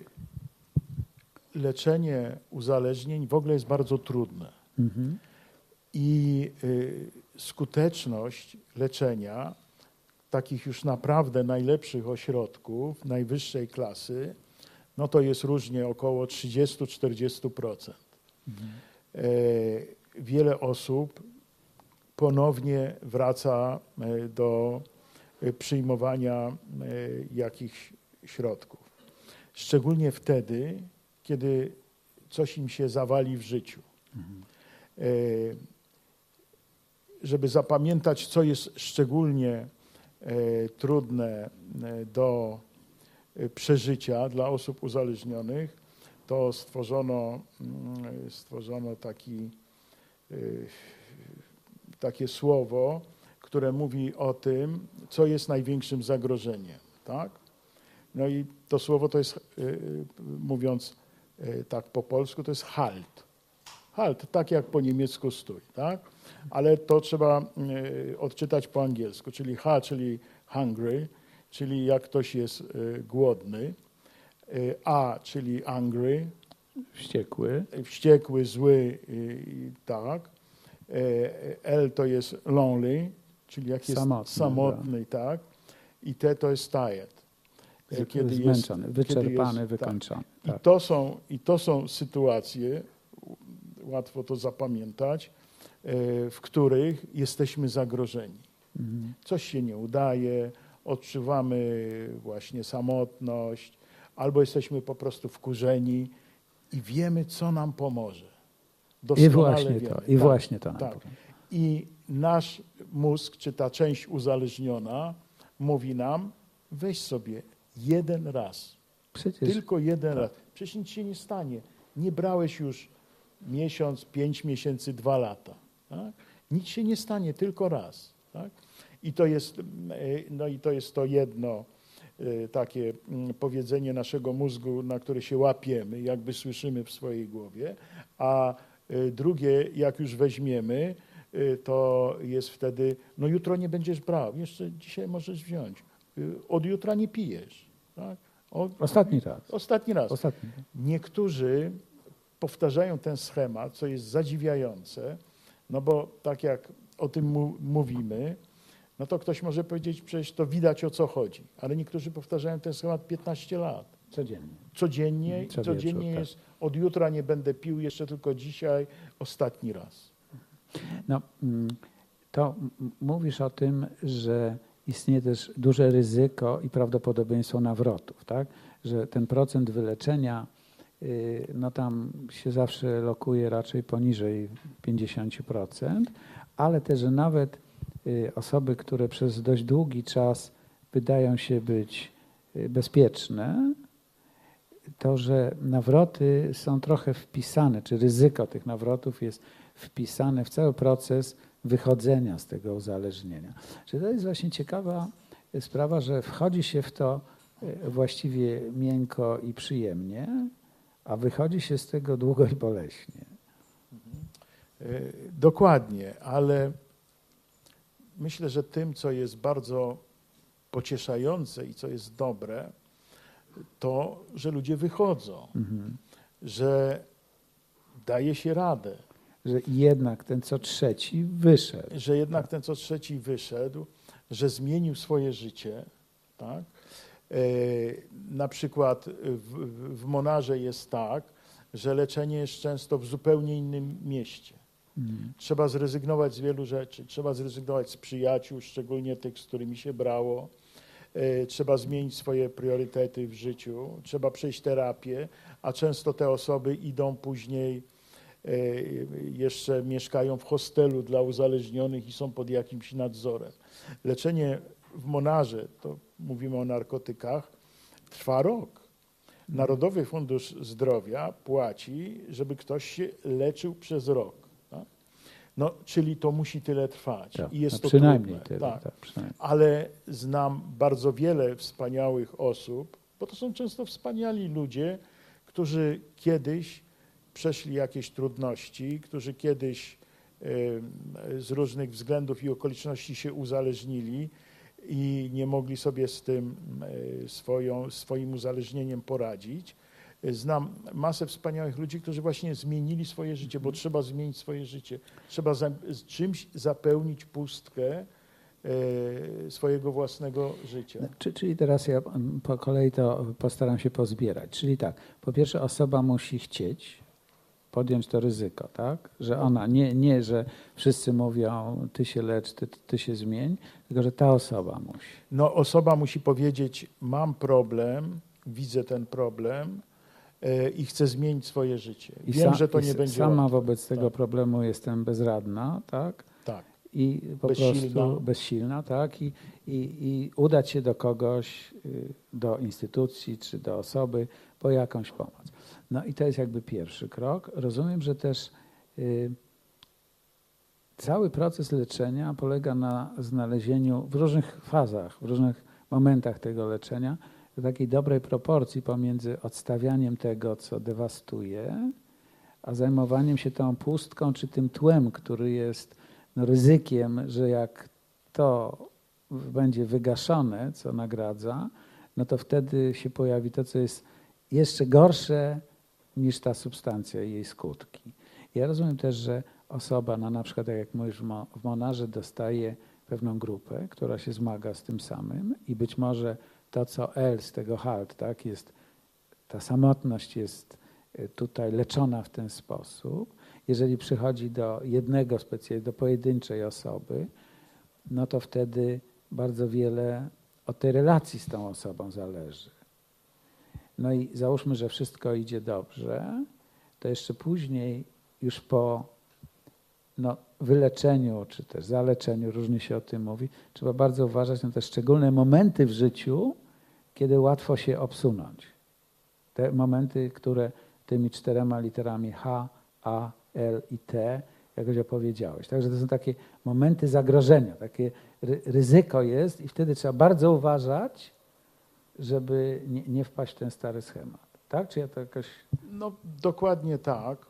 leczenie uzależnień w ogóle jest bardzo trudne. Mhm. I skuteczność leczenia takich już naprawdę najlepszych ośrodków, najwyższej klasy, no to jest różnie około 30-40%. Mhm. Wiele osób ponownie wraca do przyjmowania jakichś środków. Szczególnie wtedy, kiedy coś im się zawali w życiu. Mhm. Żeby zapamiętać, co jest szczególnie trudne do przeżycia dla osób uzależnionych, to stworzono takie słowo, które mówi o tym, co jest największym zagrożeniem. Tak? No i to słowo to jest, mówiąc tak po polsku, to jest halt. Halt, tak jak po niemiecku stój, tak? Ale to trzeba odczytać po angielsku, czyli H, czyli hungry, czyli jak ktoś jest głodny, A, czyli angry, wściekły, zły, tak. L to jest lonely, czyli jak jest samotny, tak. I T to jest tired. Kiedy zmęczony, jest, wyczerpany, wykończony. Tak. I to są sytuacje, łatwo to zapamiętać, w których jesteśmy zagrożeni. Mhm. Coś się nie udaje, odczuwamy właśnie samotność, albo jesteśmy po prostu wkurzeni i wiemy, co nam pomoże. Doskonale wiemy. Właśnie to. Tak. I nasz mózg, czy ta część uzależniona, mówi nam, weź sobie jeden raz. Tylko jeden raz. Przecież nic się nie stanie. Nie brałeś już miesiąc, 5 miesięcy, 2 lata. Tak? Nic się nie stanie, tylko raz. Tak? I to jest to jedno takie powiedzenie naszego mózgu, na które się łapiemy, jakby słyszymy w swojej głowie, a drugie, jak już weźmiemy, to jest wtedy, no jutro nie będziesz brał, jeszcze dzisiaj możesz wziąć, od jutra nie pijesz. Tak? Ostatni raz. Ostatni raz. Niektórzy powtarzają ten schemat, co jest zadziwiające, no bo tak jak o tym mówimy, no to ktoś może powiedzieć, przecież to widać, o co chodzi. Ale niektórzy powtarzają ten schemat 15 lat. Codziennie jest, od jutra nie będę pił, jeszcze tylko dzisiaj, ostatni raz. No, to mówisz o tym, że istnieje też duże ryzyko i prawdopodobieństwo nawrotów, tak? Że ten procent wyleczenia, no tam się zawsze lokuje raczej poniżej 50%, ale też, że nawet osoby, które przez dość długi czas wydają się być bezpieczne, to, że nawroty są trochę wpisane, czy ryzyko tych nawrotów jest wpisane w cały proces wychodzenia z tego uzależnienia. Czy to jest właśnie ciekawa sprawa, że wchodzi się w to właściwie miękko i przyjemnie, a wychodzi się z tego długo i boleśnie. Dokładnie, ale myślę, że tym, co jest bardzo pocieszające i co jest dobre, to, że ludzie wychodzą, że daje się radę. Że jednak ten co trzeci wyszedł. Że zmienił swoje życie. Tak? Na przykład w Monarze jest tak, że leczenie jest często w zupełnie innym mieście. Trzeba zrezygnować z wielu rzeczy. Trzeba zrezygnować z przyjaciół, szczególnie tych, z którymi się brało. Trzeba zmienić swoje priorytety w życiu. Trzeba przejść terapię, a często te osoby idą później jeszcze mieszkają w hostelu dla uzależnionych i są pod jakimś nadzorem. Leczenie w Monarze, to mówimy o narkotykach, trwa rok. Narodowy Fundusz Zdrowia płaci, żeby ktoś się leczył przez rok. Tak? No, czyli to musi tyle trwać. Tak, I jest to przynajmniej trudne. tyle. Tak. Tak, przynajmniej. Ale znam bardzo wiele wspaniałych osób, bo to są często wspaniali ludzie, którzy kiedyś przeszli jakieś trudności, którzy kiedyś z różnych względów i okoliczności się uzależnili i nie mogli sobie z tym swoim uzależnieniem poradzić. Znam masę wspaniałych ludzi, którzy właśnie zmienili swoje życie, bo trzeba zmienić swoje życie. Trzeba z czymś zapełnić pustkę swojego własnego życia. Czyli teraz ja po kolei to postaram się pozbierać. Czyli tak, po pierwsze osoba musi chcieć podjąć to ryzyko, tak? Że ona, nie że wszyscy mówią ty się lecz, ty się zmień, tylko że ta osoba musi. No, osoba musi powiedzieć, mam problem, widzę ten problem i chcę zmienić swoje życie. Wiem, że to nie będzie sama łatwe. wobec tego problemu jestem bezradna, tak? Tak. I po prostu bezsilna, tak? I udać się do kogoś, do instytucji czy do osoby po jakąś pomoc. No i to jest jakby pierwszy krok. Rozumiem, że też cały proces leczenia polega na znalezieniu w różnych fazach, w różnych momentach tego leczenia takiej dobrej proporcji pomiędzy odstawianiem tego, co dewastuje, a zajmowaniem się tą pustką czy tym tłem, który jest ryzykiem, że jak to będzie wygaszone, co nagradza, no to wtedy się pojawi to, co jest jeszcze gorsze niż ta substancja i jej skutki. Ja rozumiem też, że osoba, na przykład tak jak mówisz w Monarze, dostaje pewną grupę, która się zmaga z tym samym i być może to, co L z tego HALT, tak, jest, ta samotność jest tutaj leczona w ten sposób. Jeżeli przychodzi do jednego specjalnie, do pojedynczej osoby, no to wtedy bardzo wiele od tej relacji z tą osobą zależy. No i załóżmy, że wszystko idzie dobrze, to jeszcze później już po wyleczeniu, czy też zaleczeniu, różnie się o tym mówi, trzeba bardzo uważać na te szczególne momenty w życiu, kiedy łatwo się obsunąć. Te momenty, które tymi 4 literami H, A, L i T jakoś opowiedziałeś. Także to są takie momenty zagrożenia, takie ryzyko jest i wtedy trzeba bardzo uważać, żeby nie wpaść w ten stary schemat. Tak? Czy ja to jakoś... No dokładnie tak.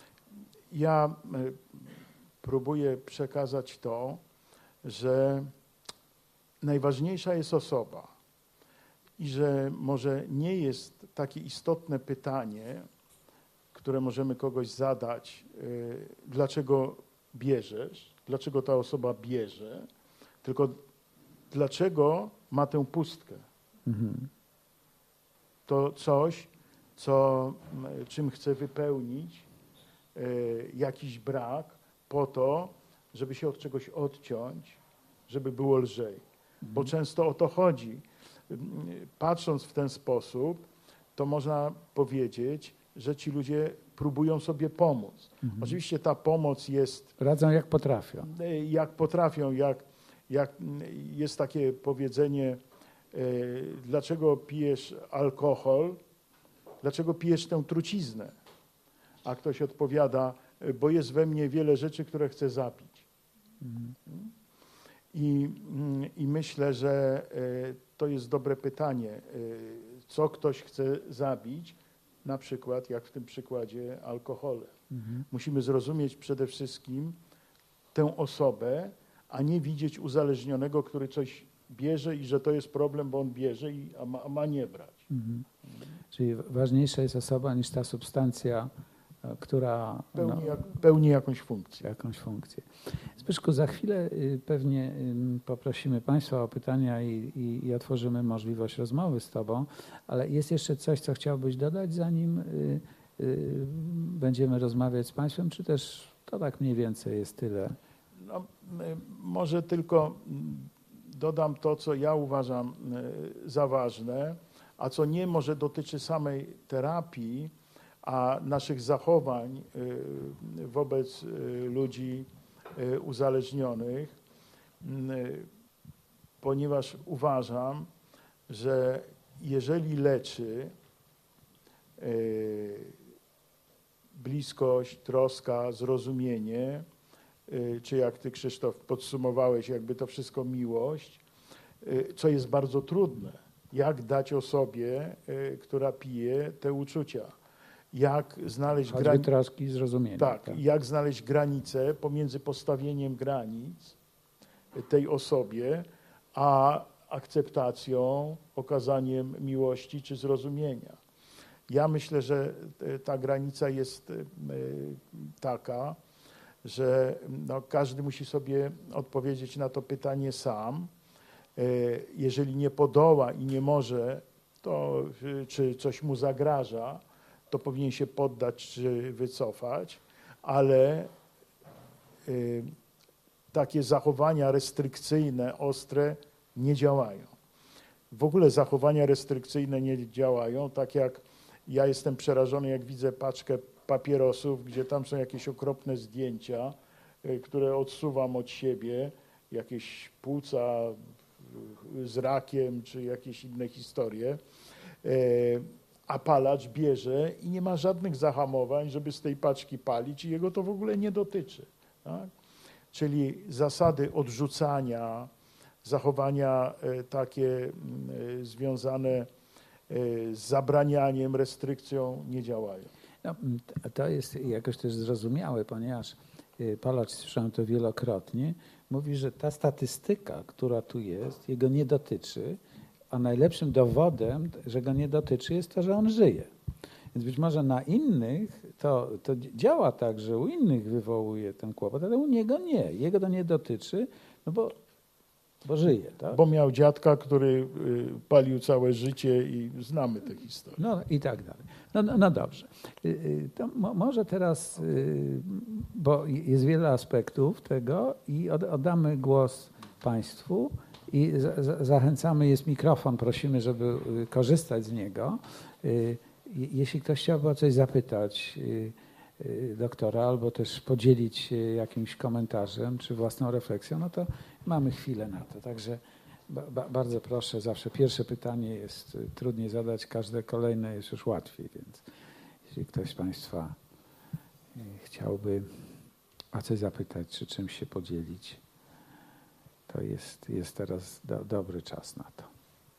Ja próbuję przekazać to, że najważniejsza jest osoba i że może nie jest takie istotne pytanie, które możemy kogoś zadać, dlaczego bierzesz, dlaczego ta osoba bierze, tylko dlaczego ma tę pustkę. Mhm. To coś, czym chce wypełnić jakiś brak po to, żeby się od czegoś odciąć, żeby było lżej. Bo często o to chodzi. Patrząc w ten sposób, to można powiedzieć, że ci ludzie próbują sobie pomóc. Oczywiście ta pomoc jest... Radzą jak potrafią. Jak potrafią, jak jest takie powiedzenie, dlaczego pijesz alkohol, dlaczego pijesz tę truciznę? A ktoś odpowiada, bo jest we mnie wiele rzeczy, które chcę zabić. I myślę, że to jest dobre pytanie, co ktoś chce zabić, na przykład, jak w tym przykładzie, alkoholem. Musimy zrozumieć przede wszystkim tę osobę, a nie widzieć uzależnionego, który coś bierze i że to jest problem, bo on bierze, a ma nie brać. Czyli ważniejsza jest osoba niż ta substancja, która pełni jakąś funkcję. Zbyszku, za chwilę pewnie poprosimy Państwa o pytania i otworzymy możliwość rozmowy z Tobą, ale jest jeszcze coś, co chciałbyś dodać, zanim będziemy rozmawiać z Państwem, czy też to tak mniej więcej jest tyle? No, może tylko dodam to, co ja uważam za ważne, a co nie może dotyczy samej terapii, a naszych zachowań wobec ludzi uzależnionych, ponieważ uważam, że jeżeli leczy bliskość, troska, zrozumienie, czy jak ty, Krzysztof, podsumowałeś, jakby to wszystko miłość, co jest bardzo trudne. Jak dać osobie, która pije, te uczucia? Jak znaleźć troski i zrozumienie. Tak, jak znaleźć granicę pomiędzy postawieniem granic tej osobie, a akceptacją, okazaniem miłości czy zrozumienia. Ja myślę, że ta granica jest taka, że no, każdy musi sobie odpowiedzieć na to pytanie sam. Jeżeli nie podoła i nie może, to czy coś mu zagraża, to powinien się poddać czy wycofać, ale takie zachowania restrykcyjne, ostre nie działają. W ogóle zachowania restrykcyjne nie działają, tak jak ja jestem przerażony, jak widzę paczkę papierosów, gdzie tam są jakieś okropne zdjęcia, które odsuwam od siebie, jakieś płuca z rakiem, czy jakieś inne historie, a palacz bierze i nie ma żadnych zahamowań, żeby z tej paczki palić i jego to w ogóle nie dotyczy. Tak? Czyli zasady odrzucania, zachowania takie związane z zabranianiem, restrykcją nie działają. No, to jest jakoś też zrozumiałe, ponieważ Palacz, słyszałem to wielokrotnie, mówi, że ta statystyka, która tu jest, jego nie dotyczy, a najlepszym dowodem, że go nie dotyczy, jest to, że on żyje. Więc być może na innych to działa tak, że u innych wywołuje ten kłopot, ale u niego nie. Jego to nie dotyczy, no bo żyje. Tak? Bo miał dziadka, który palił całe życie i znamy tę historię. No i tak dalej. No dobrze. To może teraz, bo jest wiele aspektów tego i oddamy głos Państwu i zachęcamy, jest mikrofon, prosimy, żeby korzystać z niego. Jeśli ktoś chciałby o coś zapytać doktora albo też podzielić się jakimś komentarzem czy własną refleksją, no to mamy chwilę na to. Także bardzo proszę, zawsze pierwsze pytanie jest trudniej zadać, każde kolejne jest już łatwiej, więc jeśli ktoś z Państwa chciałby o coś zapytać czy czymś się podzielić, to jest teraz dobry czas na to.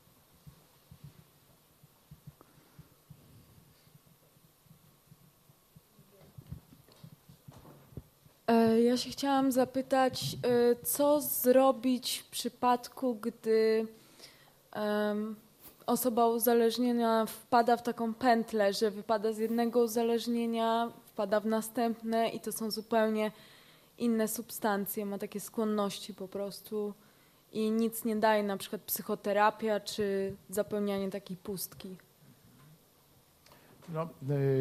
Ja się chciałam zapytać, co zrobić w przypadku, gdy osoba uzależniona wpada w taką pętlę, że wypada z jednego uzależnienia, wpada w następne i to są zupełnie inne substancje, ma takie skłonności po prostu i nic nie daje, na przykład psychoterapia czy zapełnianie takiej pustki. No,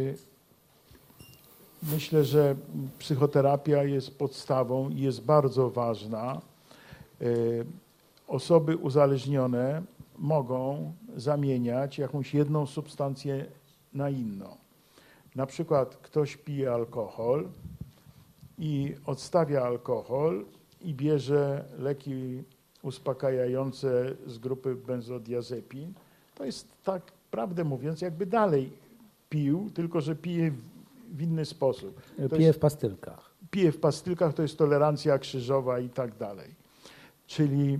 myślę, że psychoterapia jest podstawą i jest bardzo ważna. Osoby uzależnione mogą zamieniać jakąś jedną substancję na inną. Na przykład ktoś pije alkohol i odstawia alkohol i bierze leki uspokajające z grupy benzodiazepin. To jest tak, prawdę mówiąc, jakby dalej pił, tylko że pije w inny sposób. Pije w pastylkach. Pije w pastylkach, to jest tolerancja krzyżowa i tak dalej. Czyli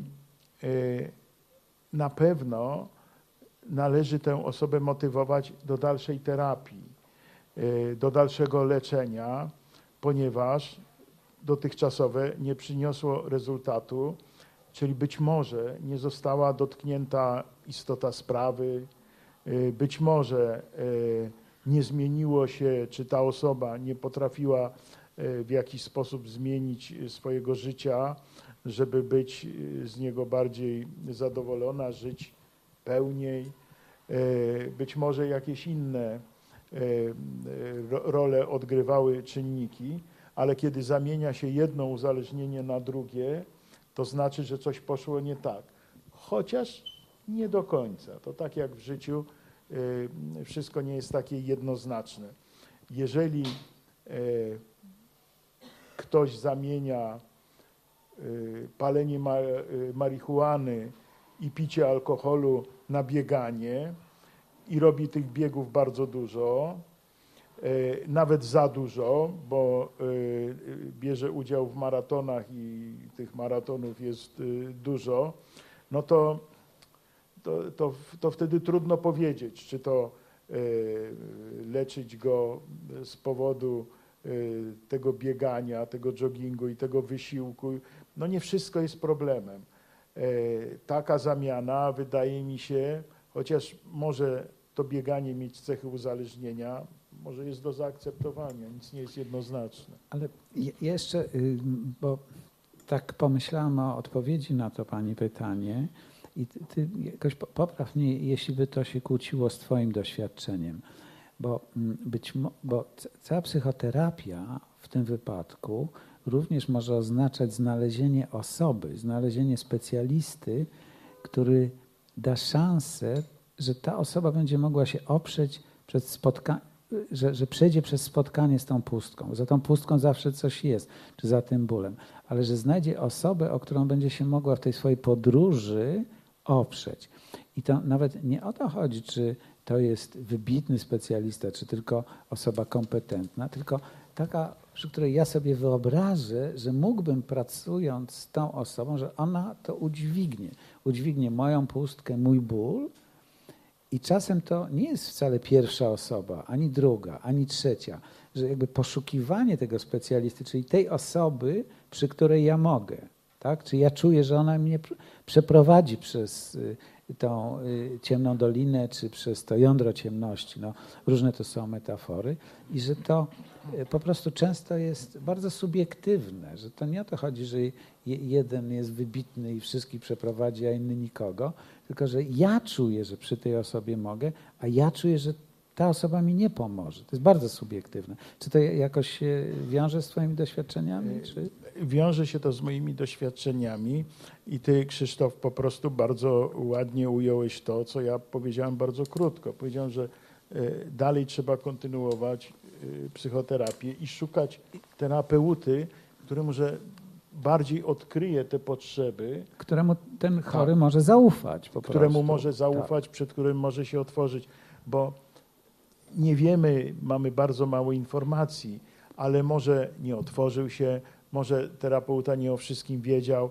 na pewno należy tę osobę motywować do dalszej terapii, do dalszego leczenia, ponieważ dotychczasowe nie przyniosło rezultatu, czyli być może nie została dotknięta istota sprawy, być może nie zmieniło się, czy ta osoba nie potrafiła w jakiś sposób zmienić swojego życia, żeby być z niego bardziej zadowolona, żyć pełniej. Być może jakieś inne role odgrywały czynniki, ale kiedy zamienia się jedno uzależnienie na drugie, to znaczy, że coś poszło nie tak. Chociaż nie do końca. To tak jak w życiu, wszystko nie jest takie jednoznaczne. jeżeli ktoś zamienia palenie marihuany i picie alkoholu na bieganie i robi tych biegów bardzo dużo, nawet za dużo, bo bierze udział w maratonach i tych maratonów jest dużo, no to wtedy trudno powiedzieć, czy to leczyć go z powodu tego biegania, tego joggingu i tego wysiłku. No nie wszystko jest problemem. Taka zamiana wydaje mi się, chociaż może to bieganie mieć cechy uzależnienia, może jest do zaakceptowania, nic nie jest jednoznaczne. Ale jeszcze, bo tak pomyślałam o odpowiedzi na to pani pytanie i ty jakoś popraw mnie, jeśli by to się kłóciło z twoim doświadczeniem, bo cała psychoterapia w tym wypadku również może oznaczać znalezienie osoby, znalezienie specjalisty, który da szansę, że ta osoba będzie mogła się oprzeć przed spotkaniem, że przejdzie przez spotkanie z tą pustką. Za tą pustką zawsze coś jest, czy za tym bólem, ale że znajdzie osobę, o którą będzie się mogła w tej swojej podróży oprzeć. I to nawet nie o to chodzi, czy to jest wybitny specjalista, czy tylko osoba kompetentna, tylko taka, przy której ja sobie wyobrażę, że mógłbym, pracując z tą osobą, że ona to udźwignie moją pustkę, mój ból. I czasem to nie jest wcale pierwsza osoba, ani druga, ani trzecia, że jakby poszukiwanie tego specjalisty, czyli tej osoby, przy której ja mogę, tak? Czy ja czuję, że ona mnie przeprowadzi przez tą ciemną dolinę, czy przez to jądro ciemności. No, różne to są metafory i że to po prostu często jest bardzo subiektywne, że to nie o to chodzi, że jeden jest wybitny i wszystkich przeprowadzi, a inny nikogo, tylko że ja czuję, że przy tej osobie mogę, a ja czuję, że ta osoba mi nie pomoże. To jest bardzo subiektywne. Czy to jakoś się wiąże z twoimi doświadczeniami? Czy? Wiąże się to z moimi doświadczeniami i ty, Krzysztof, po prostu bardzo ładnie ująłeś to, co ja powiedziałem bardzo krótko. Powiedziałem, że dalej trzeba kontynuować psychoterapię i szukać terapeuty, który może bardziej odkryje te potrzeby. Któremu ten chory może zaufać po prostu. Któremu może zaufać, przed którym może się otworzyć, bo nie wiemy, mamy bardzo mało informacji, ale może nie otworzył się, może terapeuta nie o wszystkim wiedział.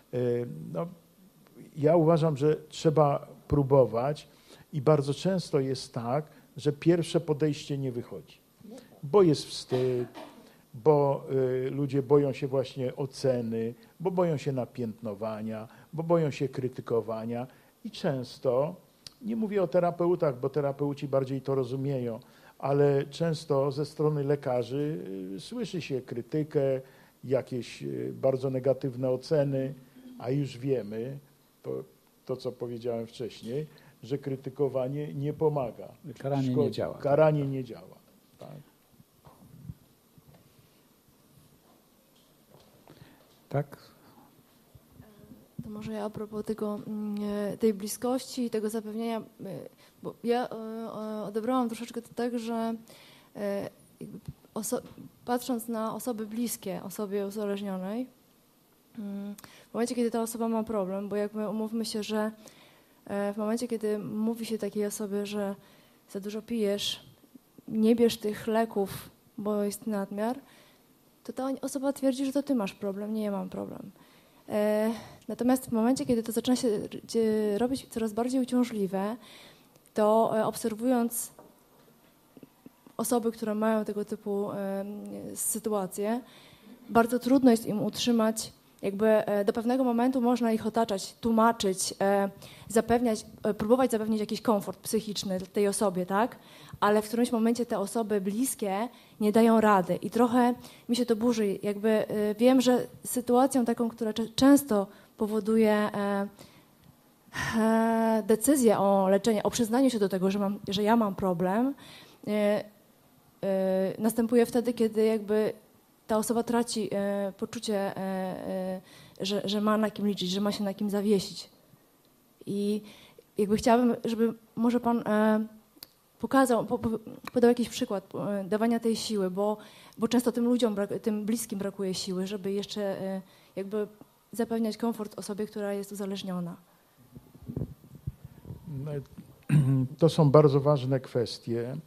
No, ja uważam, że trzeba próbować i bardzo często jest tak, że pierwsze podejście nie wychodzi, bo jest wstyd, bo ludzie boją się właśnie oceny, bo boją się napiętnowania, bo boją się krytykowania i często, nie mówię o terapeutach, bo terapeuci bardziej to rozumieją, ale często ze strony lekarzy słyszy się krytykę, jakieś bardzo negatywne oceny, a już wiemy, to co powiedziałem wcześniej, że krytykowanie nie pomaga. Karanie nie działa. Karanie nie działa. Tak. Tak? To może ja a propos tej bliskości i tego zapewnienia, bo ja odebrałam troszeczkę to tak, że patrząc na osoby bliskie osobie uzależnionej, w momencie, kiedy ta osoba ma problem, bo jakby umówmy się, że w momencie, kiedy mówi się takiej osobie, że za dużo pijesz, nie bierz tych leków, bo jest nadmiar, to ta osoba twierdzi, że to ty masz problem, nie ja mam problem. Natomiast w momencie, kiedy to zaczyna się robić coraz bardziej uciążliwe, to obserwując osoby, które mają tego typu sytuacje, bardzo trudno jest im utrzymać, jakby do pewnego momentu można ich otaczać, tłumaczyć, próbować zapewnić jakiś komfort psychiczny tej osobie, tak? Ale w którymś momencie te osoby bliskie nie dają rady i trochę mi się to burzy. Jakby wiem, że sytuacją taką, która często powoduje decyzję o leczeniu, o przyznaniu się do tego, że ja mam problem, następuje wtedy, kiedy jakby ta osoba traci poczucie, że ma na kim liczyć, że ma się na kim zawiesić. I jakby chciałabym, żeby może pan podał jakiś przykład dawania tej siły, bo często tym ludziom, tym bliskim brakuje siły, żeby jeszcze jakby zapewniać komfort osobie, która jest uzależniona. To są bardzo ważne kwestie.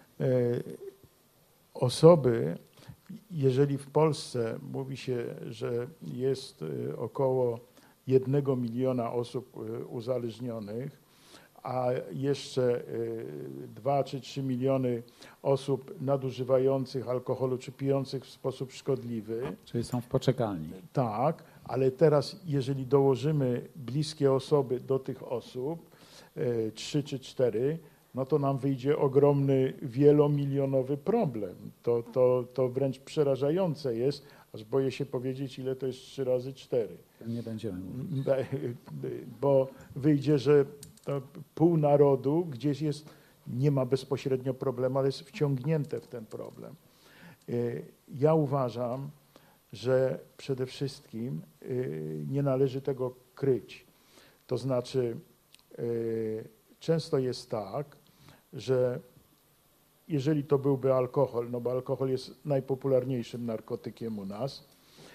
Osoby, jeżeli w Polsce mówi się, że jest około 1 miliona osób uzależnionych, a jeszcze 2 czy 3 miliony osób nadużywających alkoholu czy pijących w sposób szkodliwy. Czyli są w poczekalni. Tak, ale teraz jeżeli dołożymy bliskie osoby do tych osób, 3 czy 4, no to nam wyjdzie ogromny, wielomilionowy problem. To wręcz przerażające jest, aż boję się powiedzieć, ile to jest 3 razy 4. Nie będziemy mówić. Bo wyjdzie, że to pół narodu gdzieś jest, nie ma bezpośrednio problemu, ale jest wciągnięte w ten problem. Ja uważam, że przede wszystkim nie należy tego kryć. To znaczy, często jest tak, że jeżeli to byłby alkohol, no bo alkohol jest najpopularniejszym narkotykiem u nas,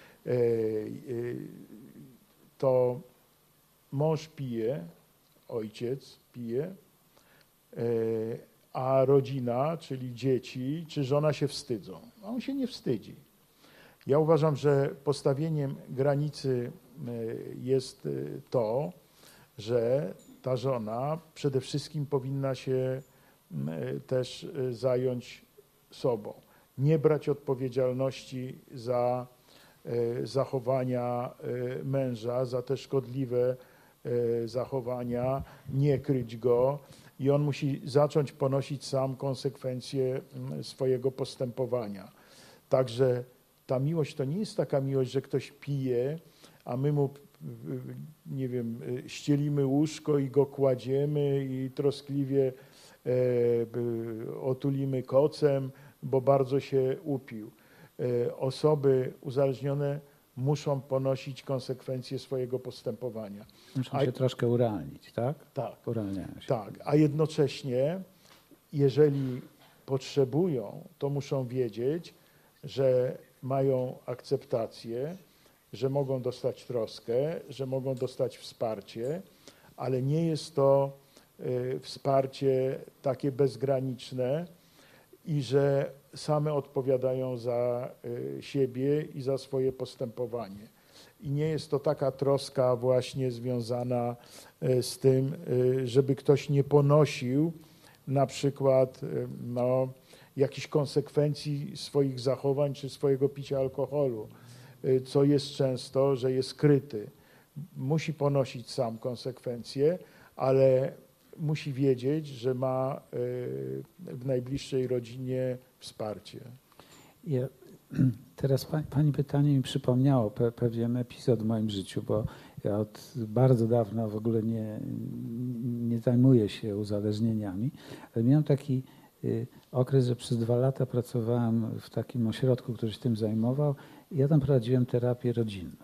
to mąż pije, ojciec pije, a rodzina, czyli dzieci, czy żona się wstydzą. A on się nie wstydzi. Ja uważam, że postawieniem granicy jest to, że ta żona przede wszystkim powinna się też zająć sobą. Nie brać odpowiedzialności za zachowania męża, za te szkodliwe zachowania, nie kryć go i on musi zacząć ponosić sam konsekwencje swojego postępowania. Także ta miłość to nie jest taka miłość, że ktoś pije, a my mu, nie wiem, ścielimy łóżko i go kładziemy i troskliwie otulimy kocem, bo bardzo się upił. Osoby uzależnione muszą ponosić konsekwencje swojego postępowania. Muszą się troszkę urealnić, tak? Tak. Urealniają się. Tak, a jednocześnie, jeżeli potrzebują, to muszą wiedzieć, że mają akceptację, że mogą dostać troskę, że mogą dostać wsparcie, ale nie jest to wsparcie takie bezgraniczne i że same odpowiadają za siebie i za swoje postępowanie. I nie jest to taka troska właśnie związana z tym, żeby ktoś nie ponosił na przykład jakichś konsekwencji swoich zachowań czy swojego picia alkoholu, co jest często, że jest skryty. Musi ponosić sam konsekwencje, ale musi wiedzieć, że ma w najbliższej rodzinie wsparcie. Teraz pani pytanie mi przypomniało pewien epizod w moim życiu, bo ja od bardzo dawna w ogóle nie zajmuję się uzależnieniami, ale miałem taki okres, że przez 2 lata pracowałem w takim ośrodku, który się tym zajmował i ja tam prowadziłem terapię rodzinną.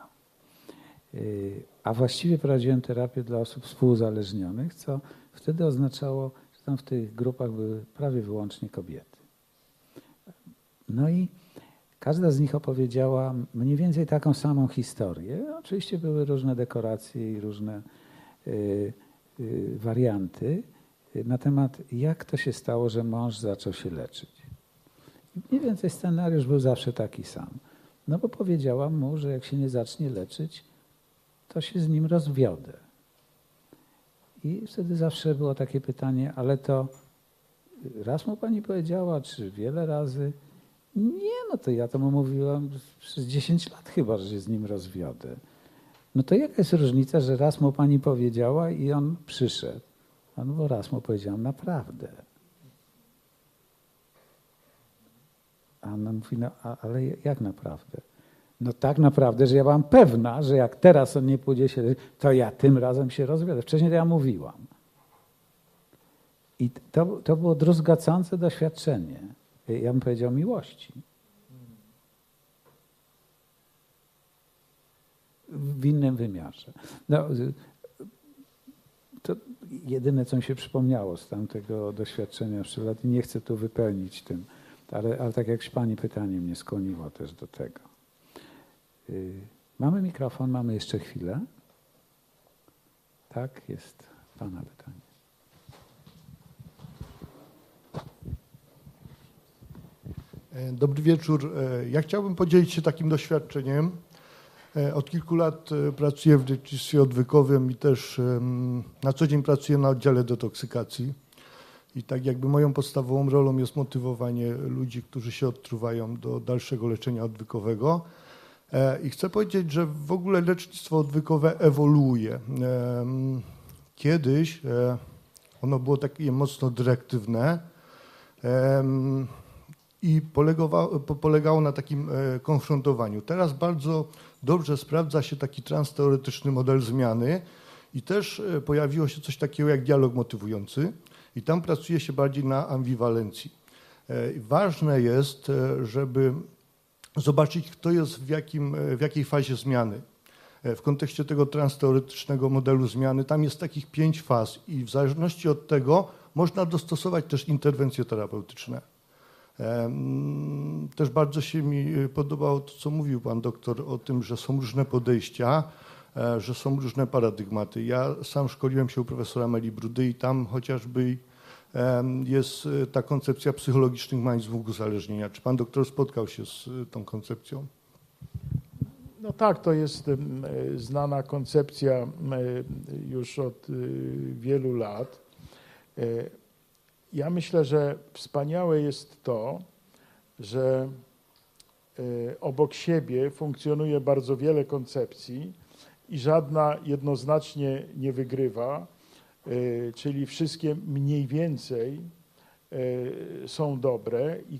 A właściwie prowadziłem terapię dla osób współuzależnionych, co wtedy oznaczało, że tam w tych grupach były prawie wyłącznie kobiety. No i każda z nich opowiedziała mniej więcej taką samą historię. Oczywiście były różne dekoracje i różne warianty na temat, jak to się stało, że mąż zaczął się leczyć. I mniej więcej scenariusz był zawsze taki sam. No bo powiedziałam mu, że jak się nie zacznie leczyć, to się z nim rozwiodę. I wtedy zawsze było takie pytanie, ale to raz mu pani powiedziała, czy wiele razy? Nie, no to ja to mu mówiłam przez 10 lat chyba, że się z nim rozwiodę. No to jaka jest różnica, że raz mu pani powiedziała i on przyszedł? No bo raz mu powiedziałam naprawdę. A ona mówi, no ale jak naprawdę? No tak naprawdę, że ja byłam pewna, że jak teraz on nie pójdzie się, to ja tym razem się rozwiodę. Wcześniej to ja mówiłam. I to było druzgocące doświadczenie. Ja bym powiedział miłości. W innym wymiarze. No, to jedyne, co mi się przypomniało z tamtego doświadczenia sprzed lat i nie chcę tu wypełnić tym, ale tak jak pani pytanie mnie skłoniło też do tego. Mamy mikrofon, mamy jeszcze chwilę. Tak, jest pana pytanie. Dobry wieczór. Ja chciałbym podzielić się takim doświadczeniem. Od kilku lat pracuję w lecznictwie odwykowym i też na co dzień pracuję na oddziale detoksykacji. I tak jakby moją podstawową rolą jest motywowanie ludzi, którzy się odtruwają do dalszego leczenia odwykowego. I chcę powiedzieć, że w ogóle lecznictwo odwykowe ewoluuje. Kiedyś ono było takie mocno dyrektywne i polegało na takim konfrontowaniu. Teraz bardzo dobrze sprawdza się taki transteoretyczny model zmiany i też pojawiło się coś takiego jak dialog motywujący i tam pracuje się bardziej na ambiwalencji. Ważne jest, żeby zobaczyć, kto jest w jakiej fazie zmiany. W kontekście tego transteoretycznego modelu zmiany tam jest takich 5 faz i w zależności od tego można dostosować też interwencje terapeutyczne. Też bardzo się mi podobało to, co mówił pan doktor o tym, że są różne podejścia, że są różne paradygmaty. Ja sam szkoliłem się u profesora Meli Brudy i tam chociażby jest ta koncepcja psychologicznych mechanizmów uzależnienia. Czy pan doktor spotkał się z tą koncepcją? No tak, to jest znana koncepcja już od wielu lat. Ja myślę, że wspaniałe jest to, że obok siebie funkcjonuje bardzo wiele koncepcji i żadna jednoznacznie nie wygrywa, czyli wszystkie mniej więcej są dobre i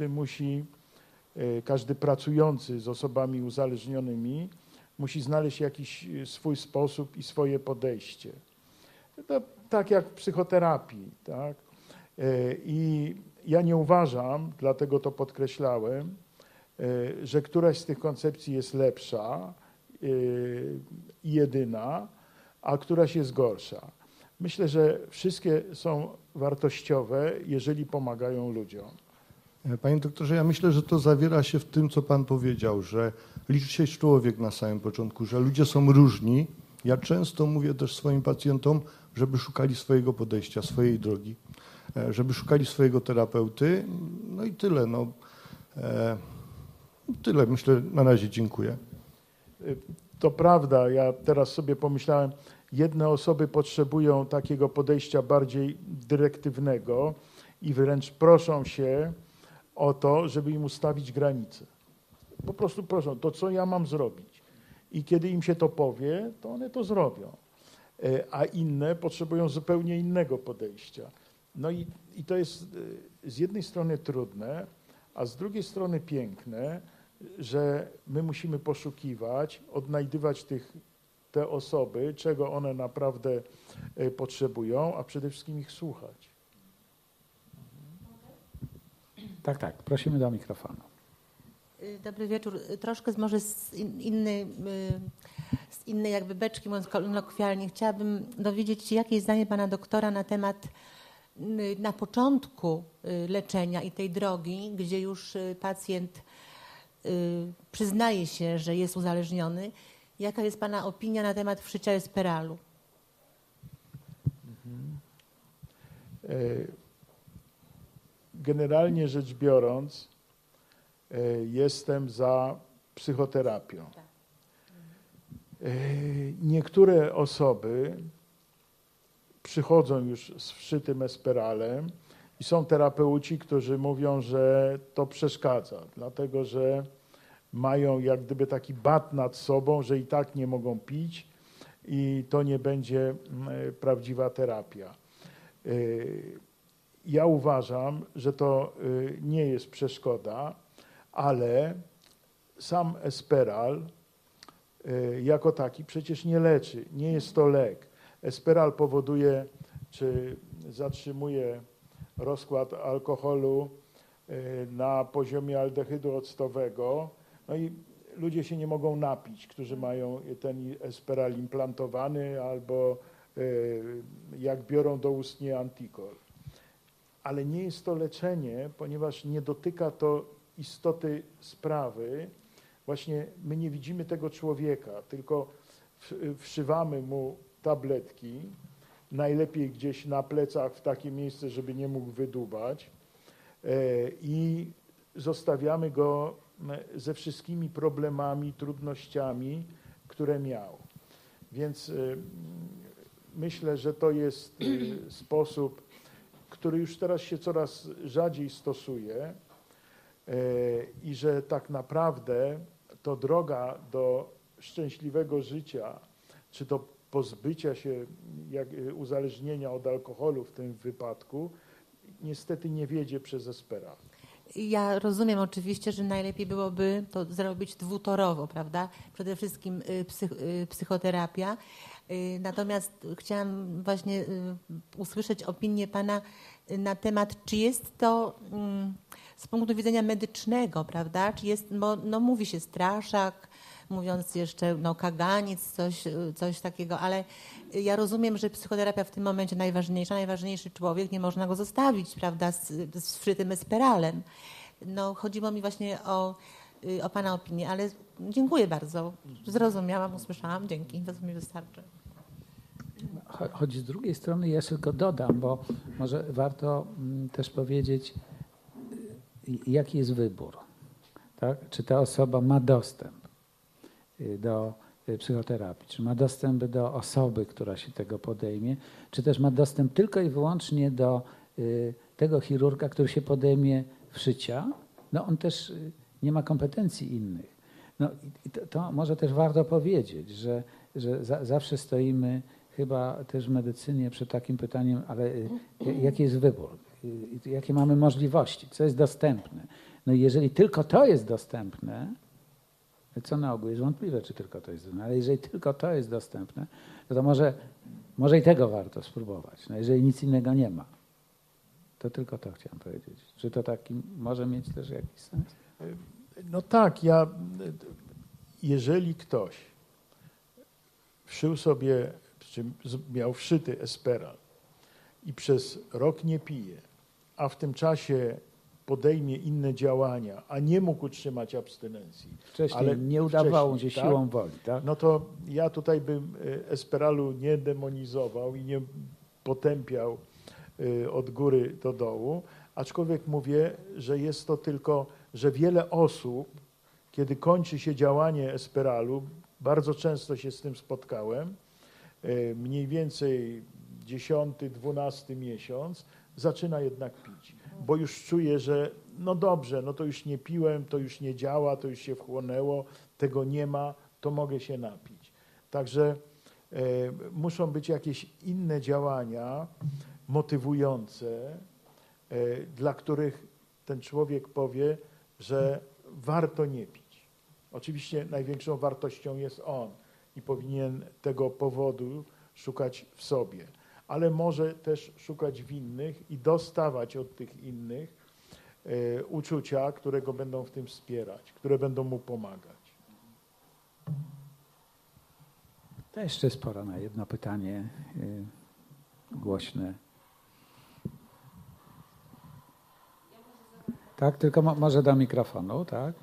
każdy pracujący z osobami uzależnionymi musi znaleźć jakiś swój sposób i swoje podejście. To tak jak w psychoterapii, tak? I ja nie uważam, dlatego to podkreślałem, że któraś z tych koncepcji jest lepsza i jedyna, a któraś jest gorsza. Myślę, że wszystkie są wartościowe, jeżeli pomagają ludziom. Panie doktorze, ja myślę, że to zawiera się w tym, co pan powiedział, że liczy się człowiek na samym początku, że ludzie są różni. Ja często mówię też swoim pacjentom, żeby szukali swojego podejścia, swojej drogi, żeby szukali swojego terapeuty. No i tyle. Tyle. Myślę, na razie dziękuję. To prawda, ja teraz sobie pomyślałem, jedne osoby potrzebują takiego podejścia bardziej dyrektywnego i wręcz proszą się o to, żeby im ustawić granice. Po prostu proszą, to co ja mam zrobić? I kiedy im się to powie, to one to zrobią. A inne potrzebują zupełnie innego podejścia. No i to jest z jednej strony trudne, a z drugiej strony piękne, że my musimy poszukiwać, odnajdywać te osoby, czego one naprawdę potrzebują, a przede wszystkim ich słuchać. Tak, prosimy do mikrofonu. Dobry wieczór. Troszkę może z innej jakby beczki, mówiąc kolokwialnie, chciałabym dowiedzieć się, jakie jest zdanie pana doktora na temat na początku leczenia i tej drogi, gdzie już pacjent przyznaje się, że jest uzależniony. Jaka jest pana opinia na temat wszycia esperalu? Generalnie rzecz biorąc, jestem za psychoterapią. Niektóre osoby przychodzą już z wszytym esperalem i są terapeuci, którzy mówią, że to przeszkadza, dlatego że mają jak gdyby taki bat nad sobą, że i tak nie mogą pić i to nie będzie prawdziwa terapia. Ja uważam, że to nie jest przeszkoda, ale sam esperal jako taki przecież nie leczy, nie jest to lek. Esperal powoduje, czy zatrzymuje rozkład alkoholu na poziomie aldehydu octowego, no i ludzie się nie mogą napić, którzy mają ten esperal implantowany albo jak biorą do ustnie Antikor. Ale nie jest to leczenie, ponieważ nie dotyka to istoty sprawy. Właśnie my nie widzimy tego człowieka, tylko wszywamy mu tabletki, najlepiej gdzieś na plecach w takie miejsce, żeby nie mógł wydubać i zostawiamy go ze wszystkimi problemami, trudnościami, które miał. Więc myślę, że to jest sposób, który już teraz się coraz rzadziej stosuje i że tak naprawdę to droga do szczęśliwego życia, czy do pozbycia się uzależnienia od alkoholu w tym wypadku, niestety nie wiedzie przez Espera. Ja rozumiem oczywiście, że najlepiej byłoby to zrobić dwutorowo, prawda? Przede wszystkim psychoterapia. Natomiast chciałam właśnie usłyszeć opinię pana na temat, czy jest to z punktu widzenia medycznego, prawda? Czy jest, bo no, mówi się straszak, mówiąc jeszcze kaganiec, coś takiego, ale ja rozumiem, że psychoterapia w tym momencie najważniejszy człowiek, nie można go zostawić, prawda, z wszytym esperalem. No, chodziło mi właśnie o pana opinię, ale dziękuję bardzo. Zrozumiałam, usłyszałam, dzięki, to mi wystarczy. Choć z drugiej strony ja tylko dodam, bo może warto też powiedzieć, jaki jest wybór. Tak? Czy ta osoba ma dostęp do psychoterapii, czy ma dostęp do osoby, która się tego podejmie, czy też ma dostęp tylko i wyłącznie do tego chirurga, który się podejmie wszycia. No on też nie ma kompetencji innych. No i to może też warto powiedzieć, że zawsze stoimy chyba też w medycynie przed takim pytaniem, ale jaki jest wybór? Jakie mamy możliwości? Co jest dostępne? No i jeżeli tylko to jest dostępne, co na ogół jest wątpliwe, czy tylko to jest dostępne, ale jeżeli tylko to jest dostępne, to może i tego warto spróbować. No jeżeli nic innego nie ma, to tylko to chciałem powiedzieć. Czy to taki może mieć też jakiś sens? No tak, jeżeli ktoś wszył sobie, czy miał wszyty esperal i przez rok nie pije, a w tym czasie podejmie inne działania, a nie mógł utrzymać abstynencji. Ale nie udawało mu się siłą woli, tak? No to ja tutaj bym esperalu nie demonizował i nie potępiał od góry do dołu, aczkolwiek mówię, że jest to tylko, że wiele osób, kiedy kończy się działanie esperalu, bardzo często się z tym spotkałem, mniej więcej 10, 12 miesiąc, zaczyna jednak pić, bo już czuje, że no dobrze, no to już nie piłem, to już nie działa, to już się wchłonęło, tego nie ma, to mogę się napić. Także muszą być jakieś inne działania motywujące, dla których ten człowiek powie, że warto nie pić. Oczywiście największą wartością jest on i powinien tego powodu szukać w sobie, ale może też szukać w innych i dostawać od tych innych uczucia, które go będą w tym wspierać, które będą mu pomagać. To jeszcze jest pora na jedno pytanie głośne. Tak, tylko może do mikrofonu, tak?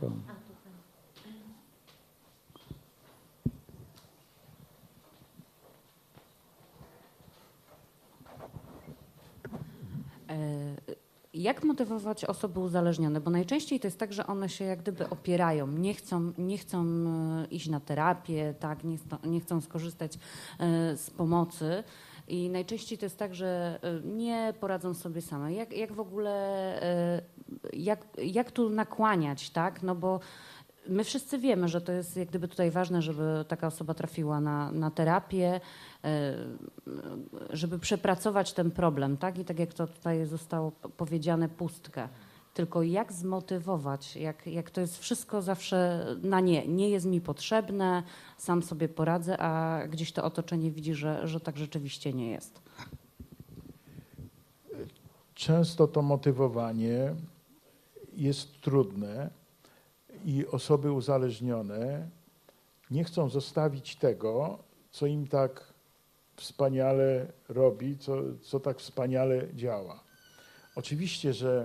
Jak motywować osoby uzależnione? Bo najczęściej to jest tak, że one się jak gdyby opierają, nie chcą iść na terapię, tak, nie chcą skorzystać z pomocy i najczęściej to jest tak, że nie poradzą sobie same. Jak w ogóle, jak tu nakłaniać, tak? No bo my wszyscy wiemy, że to jest jak gdyby tutaj ważne, żeby taka osoba trafiła na terapię, żeby przepracować ten problem, tak? I tak jak to tutaj zostało powiedziane, pustkę. Tylko jak zmotywować, jak to jest wszystko zawsze na nie jest mi potrzebne, sam sobie poradzę, a gdzieś to otoczenie widzi, że tak rzeczywiście nie jest. Często to motywowanie jest trudne i osoby uzależnione nie chcą zostawić tego, co im tak wspaniale robi, co tak wspaniale działa. Oczywiście, że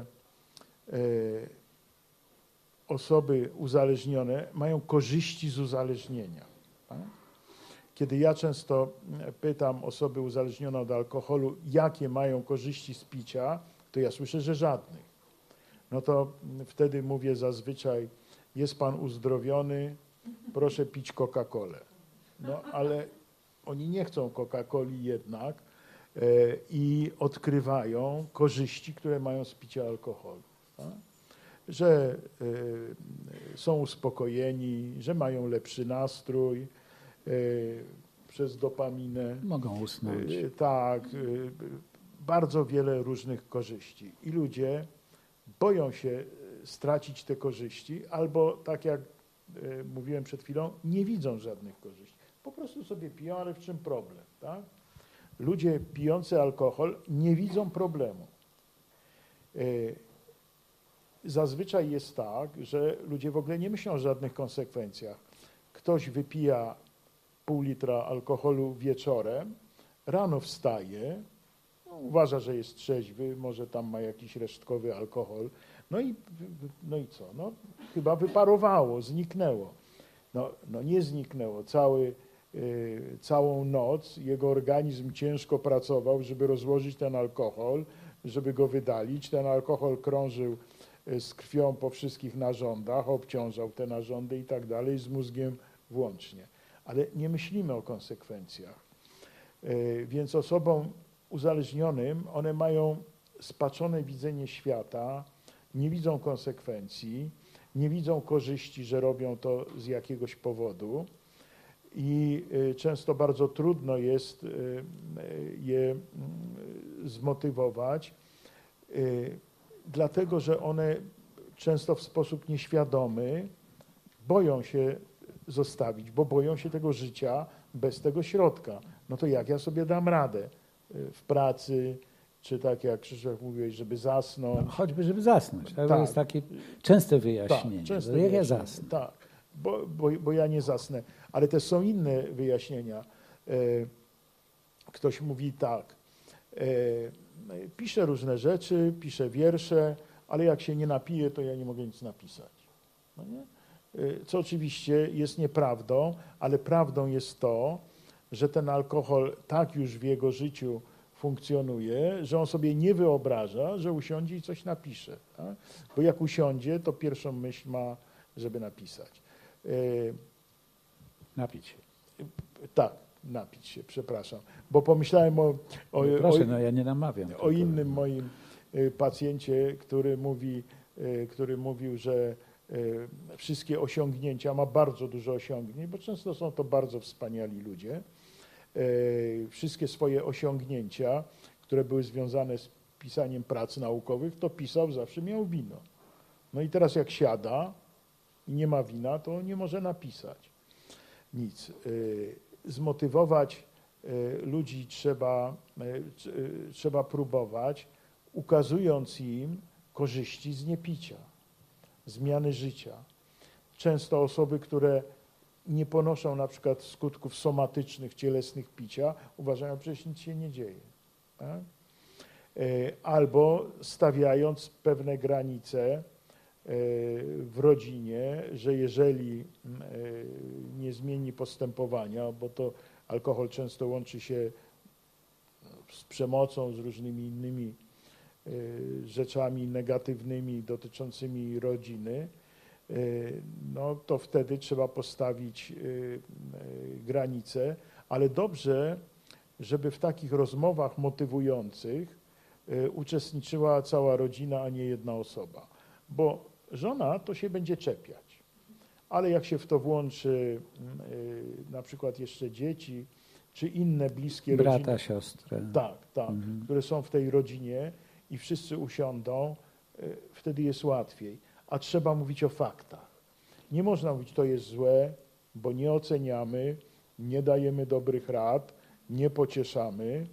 osoby uzależnione mają korzyści z uzależnienia. Tak? Kiedy ja często pytam osoby uzależnione od alkoholu, jakie mają korzyści z picia, to ja słyszę, że żadnych. No to wtedy mówię zazwyczaj, jest pan uzdrowiony, proszę pić Coca-Colę. No ale oni nie chcą Coca-Coli jednak i odkrywają korzyści, które mają z picia alkoholu. Tak? Że są uspokojeni, że mają lepszy nastrój przez dopaminę. Mogą usnąć. Tak, bardzo wiele różnych korzyści. I ludzie boją się stracić te korzyści, albo tak jak mówiłem przed chwilą, nie widzą żadnych korzyści. Po prostu sobie piją, ale w czym problem? Tak? Ludzie pijący alkohol nie widzą problemu. Zazwyczaj jest tak, że ludzie w ogóle nie myślą o żadnych konsekwencjach. Ktoś wypija pół litra alkoholu wieczorem, rano wstaje, uważa, że jest trzeźwy, może tam ma jakiś resztkowy alkohol, no i co? No, chyba wyparowało, zniknęło. No nie zniknęło. Całą noc jego organizm ciężko pracował, żeby rozłożyć ten alkohol, żeby go wydalić. Ten alkohol krążył z krwią po wszystkich narządach, obciążał te narządy i tak dalej, z mózgiem włącznie. Ale nie myślimy o konsekwencjach. Więc osobom uzależnionym one mają spaczone widzenie świata, nie widzą konsekwencji, nie widzą korzyści, że robią to z jakiegoś powodu i często bardzo trudno jest je zmotywować, dlatego że one często w sposób nieświadomy boją się zostawić, bo boją się tego życia bez tego środka. No to jak ja sobie dam radę w pracy, czy tak jak Krzysztof mówiłeś, żeby zasnąć. No, choćby, żeby zasnąć. Tak? Tak. To jest takie częste wyjaśnienie. Tak, częste jak wyjaśnienie. ja zasnę? Tak, bo ja nie zasnę. Ale też są inne wyjaśnienia. Ktoś mówi tak, piszę różne rzeczy, piszę wiersze, ale jak się nie napiję, to ja nie mogę nic napisać. No nie? Co oczywiście jest nieprawdą, ale prawdą jest to, że ten alkohol tak już w jego życiu funkcjonuje, że on sobie nie wyobraża, że usiądzie i coś napisze. Tak? Bo jak usiądzie, to pierwszą myśl ma, żeby napisać. Napić się. Tak, napić się, przepraszam. Bo pomyślałem Proszę, no ja nie namawiam. o innym moim pacjencie, który mówił, że wszystkie osiągnięcia, ma bardzo dużo osiągnięć, bo często są to bardzo wspaniali ludzie, wszystkie swoje osiągnięcia, które były związane z pisaniem prac naukowych, to pisał, zawsze miał wino. No i teraz jak siada i nie ma wina, to nie może napisać nic. Zmotywować ludzi trzeba próbować, ukazując im korzyści z niepicia, zmiany życia. Często osoby, które nie ponoszą na przykład skutków somatycznych, cielesnych picia, uważają, że przecież nic się nie dzieje. Tak? Albo stawiając pewne granice w rodzinie, że jeżeli nie zmieni postępowania, bo to alkohol często łączy się z przemocą, z różnymi innymi rzeczami negatywnymi dotyczącymi rodziny, no to wtedy trzeba postawić granice, ale dobrze, żeby w takich rozmowach motywujących uczestniczyła cała rodzina, a nie jedna osoba. Bo żona to się będzie czepiać, ale jak się w to włączy na przykład jeszcze dzieci, czy inne bliskie rodziny. Brata, siostrę. Tak, które są w tej rodzinie i wszyscy usiądą, wtedy jest łatwiej. A trzeba mówić o faktach. Nie można mówić, to jest złe, bo nie oceniamy, nie dajemy dobrych rad, nie pocieszamy,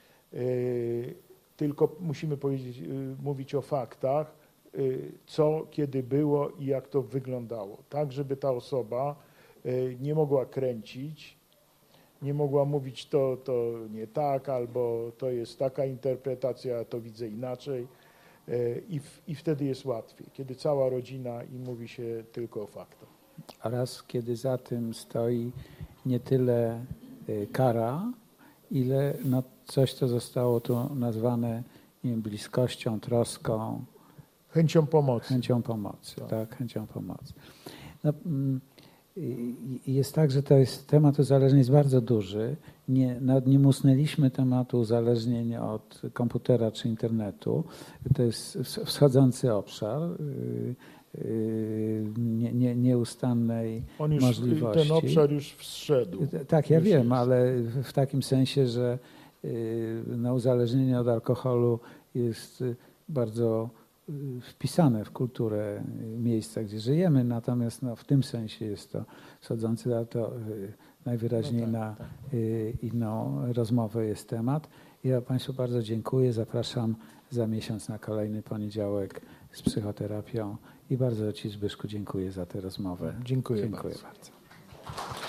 tylko musimy mówić o faktach, co, kiedy było i jak to wyglądało. Tak, żeby ta osoba nie mogła kręcić, nie mogła mówić to nie tak, albo to jest taka interpretacja, to widzę inaczej. I wtedy jest łatwiej, kiedy cała rodzina i mówi się tylko o faktach. Oraz kiedy za tym stoi nie tyle kara, ile no coś, co zostało tu nazwane, nie wiem, bliskością, troską. Chęcią pomocy. Chęcią pomocy, tak, chęcią pomocy. No, jest tak, że to jest temat uzależnień jest bardzo duży. Nawet nie musnęliśmy tematu uzależnień od komputera czy internetu. To jest wschodzący obszar nieustannej możliwości. Ten obszar już wszedł. Tak, ja wiem, ale w takim sensie, że no, uzależnienie od alkoholu jest bardzo wpisane w kulturę miejsca, gdzie żyjemy, natomiast no, w tym sensie jest to wschodzący, ale to najwyraźniej na inną rozmowę jest temat. Ja Państwu bardzo dziękuję, zapraszam za miesiąc na kolejny poniedziałek z psychoterapią i bardzo Ci, Zbyszku, dziękuję za tę rozmowę. Dziękuję bardzo.